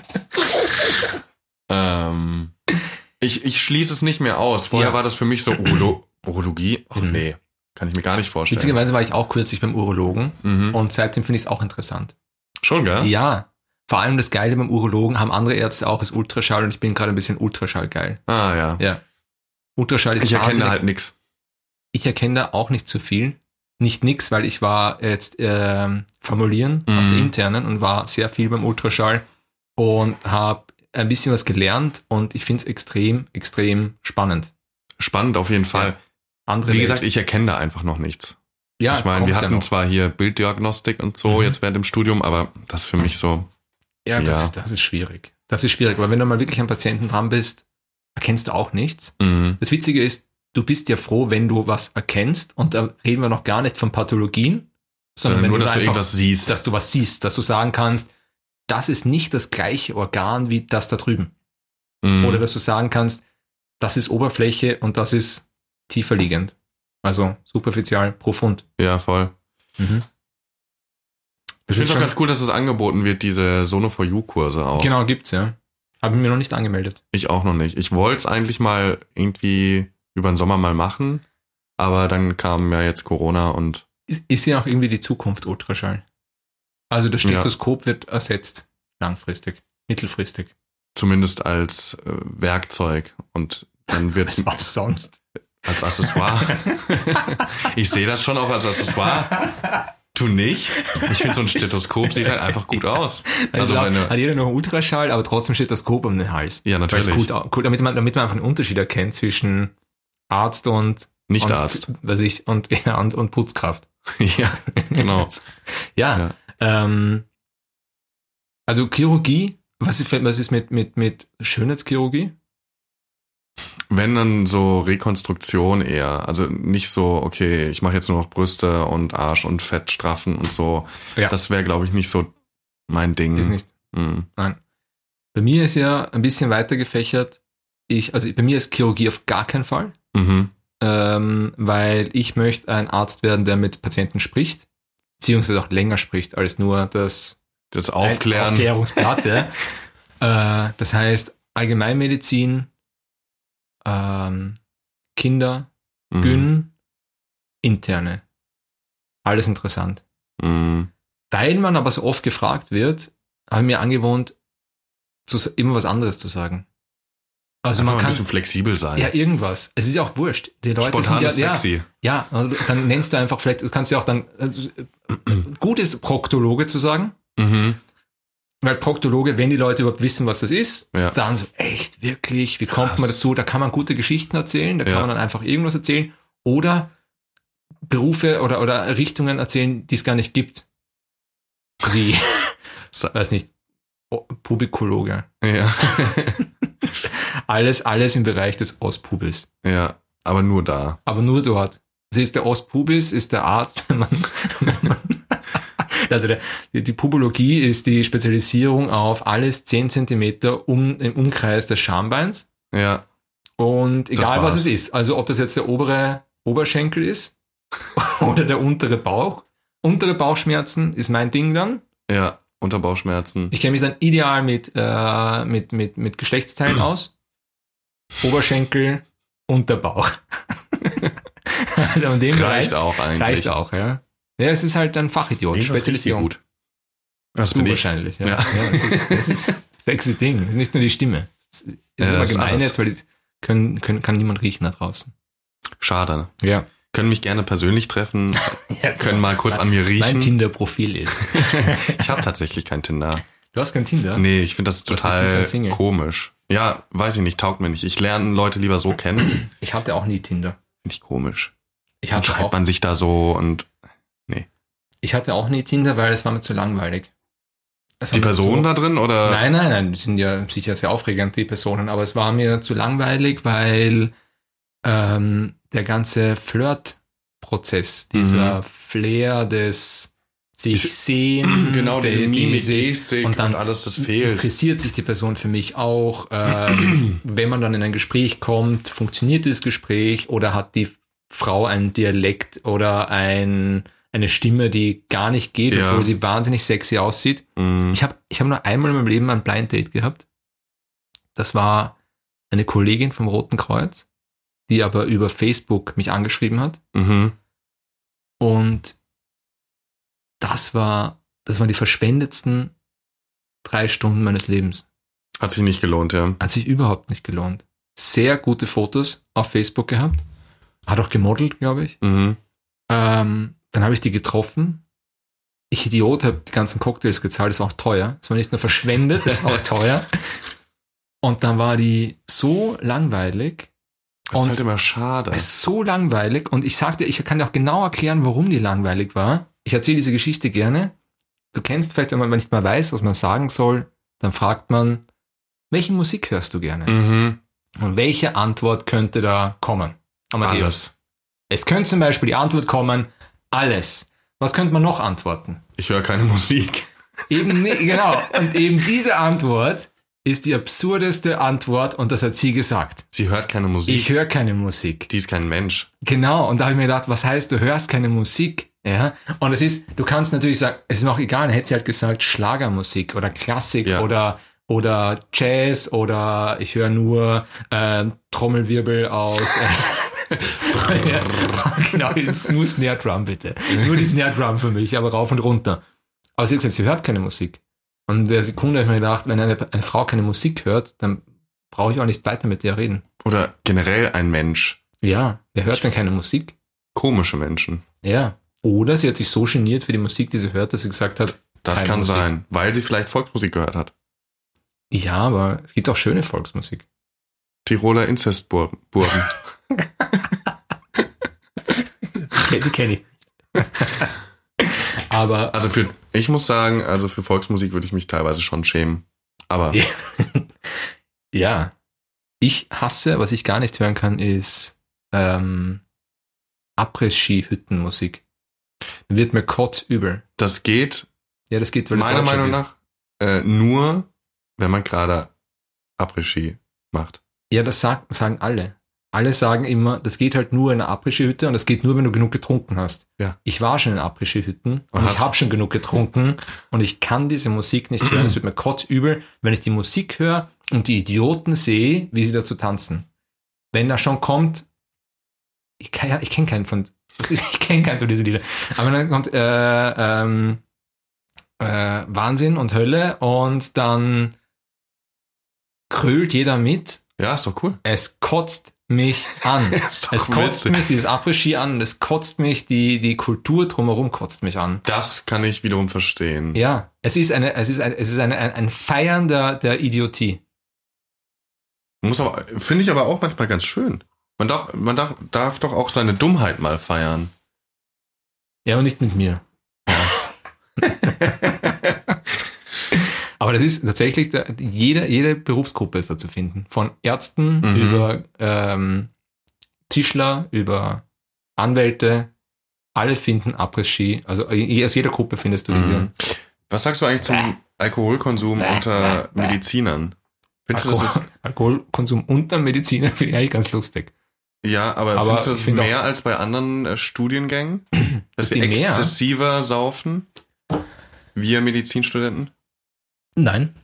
ähm, ich, ich schließe es nicht mehr aus. Vorher Ja. war das für mich so Urolo Urologie. Ach Mhm. nee, kann ich mir gar nicht vorstellen. Witzigerweise war ich auch kürzlich beim Urologen Mhm. und seitdem finde ich es auch interessant. Schon, gell? Ja, vor allem das Geile beim Urologen haben andere Ärzte auch, ist Ultraschall und ich bin gerade ein bisschen Ultraschall geil. Ah, ja. Ja. Ultraschall ist Ich erkenne wahnsinnig- da halt nichts. Ich erkenne da auch nicht zu viel. Nicht nix, weil ich war jetzt ähm, formulieren Mhm. auf der internen und war sehr viel beim Ultraschall und habe ein bisschen was gelernt und ich finde es extrem, extrem spannend. Spannend auf jeden Fall. Andere Wie Welt. gesagt, ich erkenne da einfach noch nichts. ja, ich meine, kommt wir ja hatten noch. zwar hier Bilddiagnostik und so Mhm. jetzt während dem Studium, aber das ist für mich so, Ja, das, Ja. das ist schwierig. Das ist schwierig, weil wenn du mal wirklich am Patienten dran bist, erkennst du auch nichts. mh, Das Witzige ist, du bist ja froh, wenn du was erkennst, und da reden wir noch gar nicht von Pathologien, sondern, Sondern wenn nur, du dass du einfach, irgendwas siehst. dass du was siehst, dass du sagen kannst, das ist nicht das gleiche Organ wie das da drüben. Mhm. Oder dass du sagen kannst, das ist Oberfläche und das ist tiefer liegend. Also superficial, profund. Ja, voll. Mhm. Ich finde es auch ganz cool, dass es angeboten wird, diese Sono for You-Kurse auch. Genau, gibt's, ja. Habe mir noch nicht angemeldet. Ich auch noch nicht. Ich wollte es eigentlich mal irgendwie über den Sommer mal machen, aber dann kam ja jetzt Corona und... Ist, ist ja auch irgendwie die Zukunft Ultraschall. Also das Stethoskop ja. wird ersetzt, langfristig, mittelfristig. Zumindest als äh, Werkzeug und dann wird es... Was sonst? Als Accessoire. Ich sehe das schon auch als Accessoire. Du nicht? Ich finde, so ein Stethoskop sieht halt einfach gut aus. Also glaub, meine, hat jeder noch einen Ultraschall, aber trotzdem Stethoskop um den Hals. Ja, natürlich. Cool, cool, damit, man, damit man einfach einen Unterschied erkennt zwischen Arzt und Nicht-Arzt. Und, was ich, und, ja, und, und Putzkraft. Ja, genau. ja, ja. Ähm, also Chirurgie, was ist, was ist mit, mit, mit Schönheitschirurgie? Wenn dann so Rekonstruktion eher. Also nicht so, okay, ich mache jetzt nur noch Brüste und Arsch und Fett straffen und so. Ja. Das wäre, glaube ich, nicht so mein Ding. Ist nicht. Mhm. Nein. Bei mir ist ja ein bisschen weiter gefächert. Ich, also bei mir ist Chirurgie auf gar keinen Fall. Mhm. Ähm, weil ich möchte ein Arzt werden, der mit Patienten spricht, beziehungsweise auch länger spricht als nur das, das Aufklären. Aufklärungsblatt. Ja. äh, das heißt Allgemeinmedizin, ähm, Kinder, Mhm. Gyn, interne. Alles interessant. Mhm. Weil man aber so oft gefragt wird, habe ich mir angewohnt, zu, immer was anderes zu sagen. Also Einfach man mal kann ein bisschen flexibel sein. ja irgendwas. Es ist ja auch wurscht. Die Leute Spontan sind ist ja, sexy. ja, ja, also dann nennst du einfach vielleicht, du kannst ja auch dann also, gut ist Proktologe zu sagen, Mhm. weil Proktologe, wenn die Leute überhaupt wissen, was das ist, Ja. dann so echt wirklich, wie kommt Krass. man dazu? Da kann man gute Geschichten erzählen, da kann Ja. man dann einfach irgendwas erzählen oder Berufe oder oder Richtungen erzählen, die es gar nicht gibt. Wie, So. weiß nicht, O- Pubikologe. Ja. Alles, alles im Bereich des Ostpubis. Ja, aber nur da. Aber nur dort. Das ist der Ostpubis, ist der Arzt, wenn man, wenn man also der, die, die Pubologie ist die Spezialisierung auf alles zehn Zentimeter um, im Umkreis des Schambeins. Ja. Und egal was war's. es ist, also ob das jetzt der obere Oberschenkel ist oder der untere Bauch. Untere Bauchschmerzen ist mein Ding dann. Ja. Unterbauchschmerzen. Ich kenne mich dann ideal mit, äh, mit, mit, mit Geschlechtsteilen aus. Oberschenkel, Unterbauch. Also an dem Reicht Bereich auch eigentlich. reicht auch, ja. Ja, es ist halt ein Fachidiot, Irgendwas Spezialisierung. richtig gut. Das Du bin ich. wahrscheinlich, ja. Ja. ja. Es ist, es ist ein sexy Ding. Nicht nur die Stimme. Es ist Ja, immer das ist gemein alles. jetzt, weil die können, können, kann niemand riechen da draußen. Schade. Ja. Können mich gerne persönlich treffen, können mal kurz an mir Mein riechen. Tinder-Profil ist. Ich habe tatsächlich kein Tinder. Du hast kein Tinder? Nee, ich finde das Was bist du für total ein Single? komisch. Ja, weiß ich nicht, taugt mir nicht. Ich lerne Leute lieber so kennen. Finde Ich hatte auch nie Tinder. ich komisch. Ich Dann hatte, schreibt auch, man sich da so und ich hatte auch nie Tinder, weil es war mir zu langweilig. Es war die mir Person zu, da drin oder? Nein, nein, nein, die sind ja sicher sehr aufregend, die Personen, aber es war mir zu langweilig, weil ähm, der ganze Flirt-Prozess, dieser Mhm. Flair des sich Ich- sehen, Genau, diese die- Mimik, diese- Gestik und dann alles, das fehlt. interessiert sich die Person für mich auch. Ähm, wenn man dann in ein Gespräch kommt, funktioniert das Gespräch oder hat die Frau einen Dialekt oder ein, eine Stimme, die gar nicht geht, Ja. obwohl sie wahnsinnig sexy aussieht. Mhm. Ich habe ich hab nur einmal in meinem Leben ein Blind Date gehabt. Das war eine Kollegin vom Roten Kreuz, die aber über Facebook mich angeschrieben hat. Mhm. Und das war, das waren die verschwendetsten drei Stunden meines Lebens. Hat sich nicht gelohnt, ja. Hat sich überhaupt nicht gelohnt. Sehr gute Fotos auf Facebook gehabt. Hat auch gemodelt, glaube ich. Mhm. Ähm, dann habe ich die getroffen. Ich Idiot, habe die ganzen Cocktails gezahlt. Das war auch teuer. Es war nicht nur verschwendet, es war auch teuer. Und dann war die so langweilig. Das ist Und halt immer schade. Es ist so langweilig. Und ich sagte, ich kann dir auch genau erklären, warum die langweilig war. Ich erzähle diese Geschichte gerne. Du kennst vielleicht, wenn man nicht mal weiß, was man sagen soll, dann fragt man, welche Musik hörst du gerne? Mhm. Und welche Antwort könnte da kommen? Amadeus. Alles. Es könnte zum Beispiel die Antwort kommen, alles. Was könnte man noch antworten? Ich höre keine Musik. Eben, ne- genau. Und eben diese Antwort ist die absurdeste Antwort und das hat sie gesagt. Sie hört keine Musik. Ich höre keine Musik. Die ist kein Mensch. Genau. Und da habe ich mir gedacht, was heißt, du hörst keine Musik? Ja. Und es ist, du kannst natürlich sagen, es ist mir auch egal, hätte sie halt gesagt, Schlagermusik oder Klassik Ja. oder oder Jazz oder ich höre nur äh, Trommelwirbel aus. Äh, ja, genau, nur Snare Drum bitte. Nur die Snare Drum für mich, aber rauf und runter. Aber sie hat gesagt, sie hört keine Musik. Und in der Sekunde habe ich mir gedacht, wenn eine, eine Frau keine Musik hört, dann brauche ich auch nicht weiter mit ihr reden. Oder generell ein Mensch. Ja, wer hört denn keine Musik? Komische Menschen. Ja. Oder sie hat sich so geniert für die Musik, die sie hört, dass sie gesagt hat, Das keine kann Musik. sein, weil sie vielleicht Volksmusik gehört hat. Ja, aber es gibt auch schöne Volksmusik. Tiroler Inzestburgen. Die kenne ich. Aber Also für, ich muss sagen, also für Volksmusik würde ich mich teilweise schon schämen. Aber Ja. ja, ich hasse, was ich gar nicht hören kann, ist ähm, Après-Ski-Hüttenmusik. Dann wird mir kotzübel. das geht Ja, das geht, weil du meiner Deutscher Meinung bist. nach äh, nur, wenn man gerade Après-Ski macht. Ja, das sag, sagen alle. Alle sagen immer, das geht halt nur in einer Après-Ski-Hütte und das geht nur, wenn du genug getrunken hast. Ja. Ich war schon in Après-Ski-Hütten und Und ich hast- habe schon genug getrunken und ich kann diese Musik nicht hören. Es wird mir kotzübel, wenn ich die Musik höre und die Idioten sehe, wie sie dazu tanzen. Wenn da schon kommt, ich, kann, ja- ich kenne keinen von, das ist, ich kenne keinen von diesen Lieder, aber dann kommt äh, ähm, äh, Wahnsinn und Hölle und dann krölt jeder mit. Ja, ist doch cool. Es kotzt mich an. Ist doch Es kotzt witzig. mich dieses Après-Ski an und es kotzt mich, die, die Kultur drumherum kotzt mich an. Das kann ich wiederum verstehen. Ja, es ist eine, es ist ein, es ist eine, ein, ein Feiern der, der Idiotie. Muss aber, finde ich aber auch manchmal ganz schön. Man darf, man darf, darf doch auch seine Dummheit mal feiern. Ja, und nicht mit mir. Aber das ist tatsächlich, der, jede, jede Berufsgruppe ist da zu finden. Von Ärzten Mhm. über ähm, Tischler, über Anwälte, alle finden Après-Ski. Also aus jeder Gruppe findest du diese. Mhm. Was sagst du eigentlich zum Alkoholkonsum unter Medizinern? Findest du, das Alkohol, ist, Alkoholkonsum unter Mediziner finde ich eigentlich ganz lustig. ja, aber, Aber findest du ich das find mehr als bei anderen äh, Studiengängen? Dass die wir mehr? exzessiver saufen? Wir Medizinstudenten? Nein.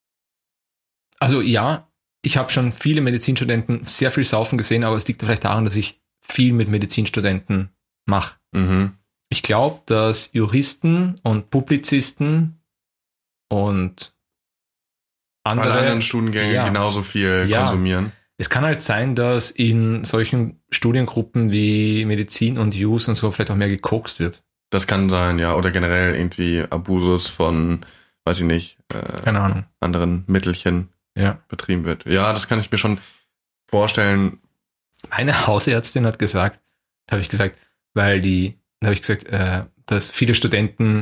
Also ja, ich habe schon viele Medizinstudenten sehr viel saufen gesehen, aber es liegt vielleicht daran, dass ich viel mit Medizinstudenten mache. Mhm. Ich glaube, dass Juristen und Publizisten und Alle andere, anderen Studiengänge ja. genauso viel Ja. konsumieren. es kann halt sein, dass in solchen Studiengruppen wie Medizin und Jus und so vielleicht auch mehr gekokst wird. Das kann sein, ja. Oder generell irgendwie Abusus von, weiß ich nicht, äh, Keine Ahnung. anderen Mittelchen Ja. betrieben wird. Ja, das kann ich mir schon vorstellen. Meine Hausärztin hat gesagt, da habe ich gesagt, weil die, da habe ich gesagt, äh, dass viele Studenten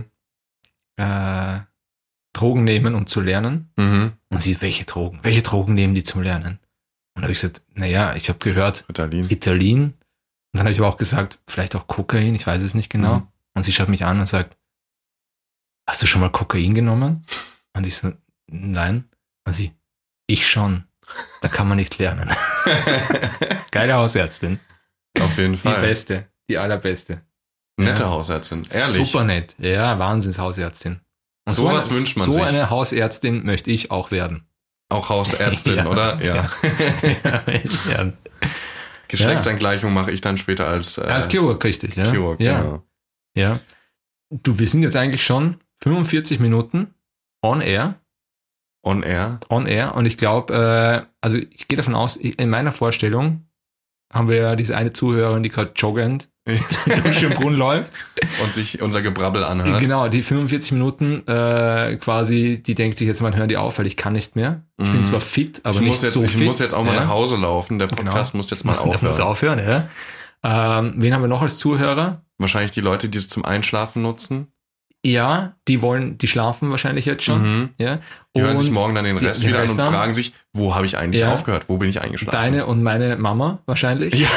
äh, Drogen nehmen, um zu lernen. Mhm. Und sie, welche Drogen? Welche Drogen nehmen die zum Lernen? Und da habe ich gesagt, naja, ich habe gehört, Ritalin. Ritalin. Und dann habe ich aber auch gesagt, vielleicht auch Kokain, ich weiß es nicht genau. Mhm. Und sie schaut mich an und sagt, hast du schon mal Kokain genommen? Und ich so, nein. Und sie, ich schon. Da kann man nicht lernen. Geile Hausärztin. Auf jeden Die Fall. beste, die allerbeste. Nette Ja. Hausärztin. Ehrlich. Super nett. Ja, Wahnsinns Hausärztin. Und So was wünscht man so sich. eine Hausärztin möchte ich auch werden. Auch Hausärztin, Ja. oder? Ja. Ja, möchte ich werden. Geschlechtsangleichung mache ich dann später als, äh, Als Chirurg, richtig, ja. Chirurg. ja. Genau. Ja. Du, wir sind jetzt eigentlich schon fünfundvierzig Minuten on air, On air. on air und ich glaube, äh, also ich gehe davon aus, ich, in meiner Vorstellung haben wir ja diese eine Zuhörerin, die gerade joggend durch den Brunnen läuft. Und sich unser Gebrabbel anhört. Genau, die fünfundvierzig Minuten äh, quasi, die denkt sich jetzt mal, hören die auf, weil ich kann nicht mehr. Ich bin Mhm. zwar fit, aber ich nicht muss jetzt, so ich fit. muss jetzt auch mal ja. nach Hause laufen. Der Podcast Genau. muss jetzt mal Das muss aufhören. aufhören, ja. Ähm, wen haben wir noch als Zuhörer? Wahrscheinlich die Leute, die es zum Einschlafen nutzen. Ja, die wollen, die schlafen wahrscheinlich jetzt schon. Mhm. Ja. Die hören Und sich morgen dann den Rest die- wieder an Rest und dann. fragen sich, wo habe ich eigentlich Ja. aufgehört? Wo bin ich eingeschlafen? Deine und meine Mama wahrscheinlich, Ja.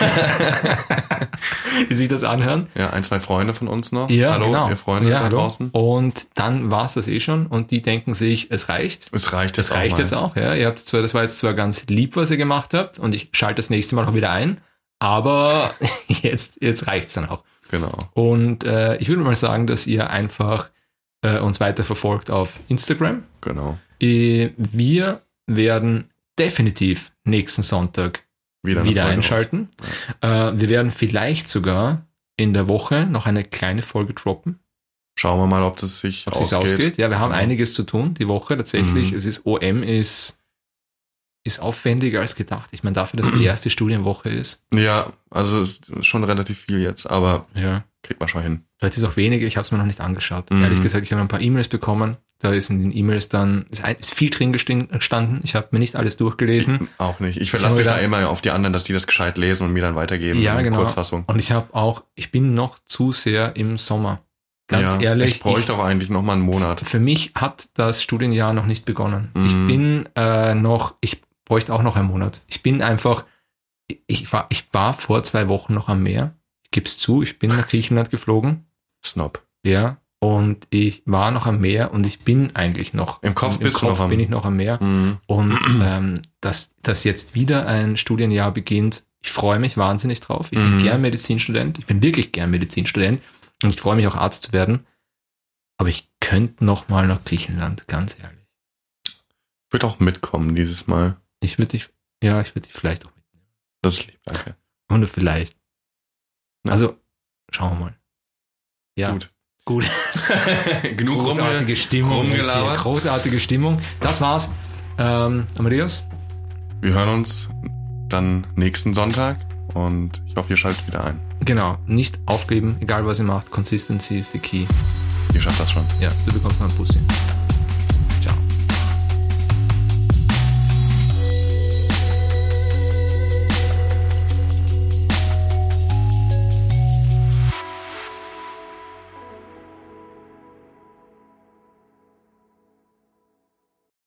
die sich das anhören. ja, ein, zwei Freunde von uns noch. Ja, hallo, genau. ihr Freunde ja, da hallo. draußen. Und dann war's das eh schon und die denken sich, es reicht. Es reicht Das jetzt reicht auch mal. jetzt auch, ja. Ihr habt zwar, das war jetzt zwar ganz lieb, was ihr gemacht habt und ich schalte das nächste Mal auch wieder ein, aber jetzt, jetzt reicht's dann auch. Genau. Und äh, ich würde mal sagen, dass ihr einfach äh, uns weiter verfolgt auf Instagram. Genau. Äh, wir werden definitiv nächsten Sonntag Wieder, eine wieder Folge einschalten. Äh, wir werden vielleicht sogar in der Woche noch eine kleine Folge droppen, raus. Schauen wir mal, ob das sich ob es sich ausgeht. ausgeht. Ja, wir haben Genau. einiges zu tun die Woche tatsächlich. Mhm. Es ist O M ist ist aufwendiger als gedacht. Ich meine, dafür, dass die erste Studienwoche ist. Ja, also es ist schon relativ viel jetzt, aber Ja. kriegt man schon hin. Vielleicht ist es auch weniger, ich habe es mir noch nicht angeschaut. Mhm. Ehrlich gesagt, ich habe ein paar E-Mails bekommen. Da ist in den E-Mails dann, ist, ein, ist viel drin gestanden. Ich habe mir nicht alles durchgelesen. Auch nicht. Ich Ich verlasse habe mich da da- immer auf die anderen, dass die das gescheit lesen und mir dann weitergeben. Ja, in genau. Kurzfassung. Und ich habe auch, ich bin noch zu sehr im Sommer. Ganz ja, ehrlich. Ich bräuchte auch eigentlich noch mal einen Monat. Für mich hat das Studienjahr noch nicht begonnen. Mhm. Ich bin äh, noch, ich bräuchte auch noch einen Monat. Ich bin einfach, ich war, ich war vor zwei Wochen noch am Meer. Ich gebe es zu, ich bin nach Griechenland geflogen. Snob. Ja. Und ich war noch am Meer und ich bin eigentlich noch. Im Kopf im bist du Kopf noch am- bin ich noch am Meer. Mhm. Und ähm, dass, dass jetzt wieder ein Studienjahr beginnt, ich freue mich wahnsinnig drauf. Ich bin Mhm. gern Medizinstudent. Ich bin wirklich gern Medizinstudent. Und ich freue mich auch Arzt zu werden. Aber ich könnte noch mal nach Griechenland, ganz ehrlich. Ich würde auch mitkommen dieses Mal. Ich würde dich, ja, ich würde dich vielleicht auch mitnehmen. Das ist lieb, danke. Und vielleicht. Ja. Also, schauen wir mal. Ja. Gut. Gut. Genug Großartige Stimmung. jetzt hier. rumgelabert. Großartige Stimmung. Das war's. Ähm, Amadeus? Wir hören uns dann nächsten Sonntag und ich hoffe, ihr schaltet wieder ein. Genau. Nicht aufgeben, egal was ihr macht. Consistency ist the key. Ihr schafft das schon. Ja, du bekommst noch einen Pussy.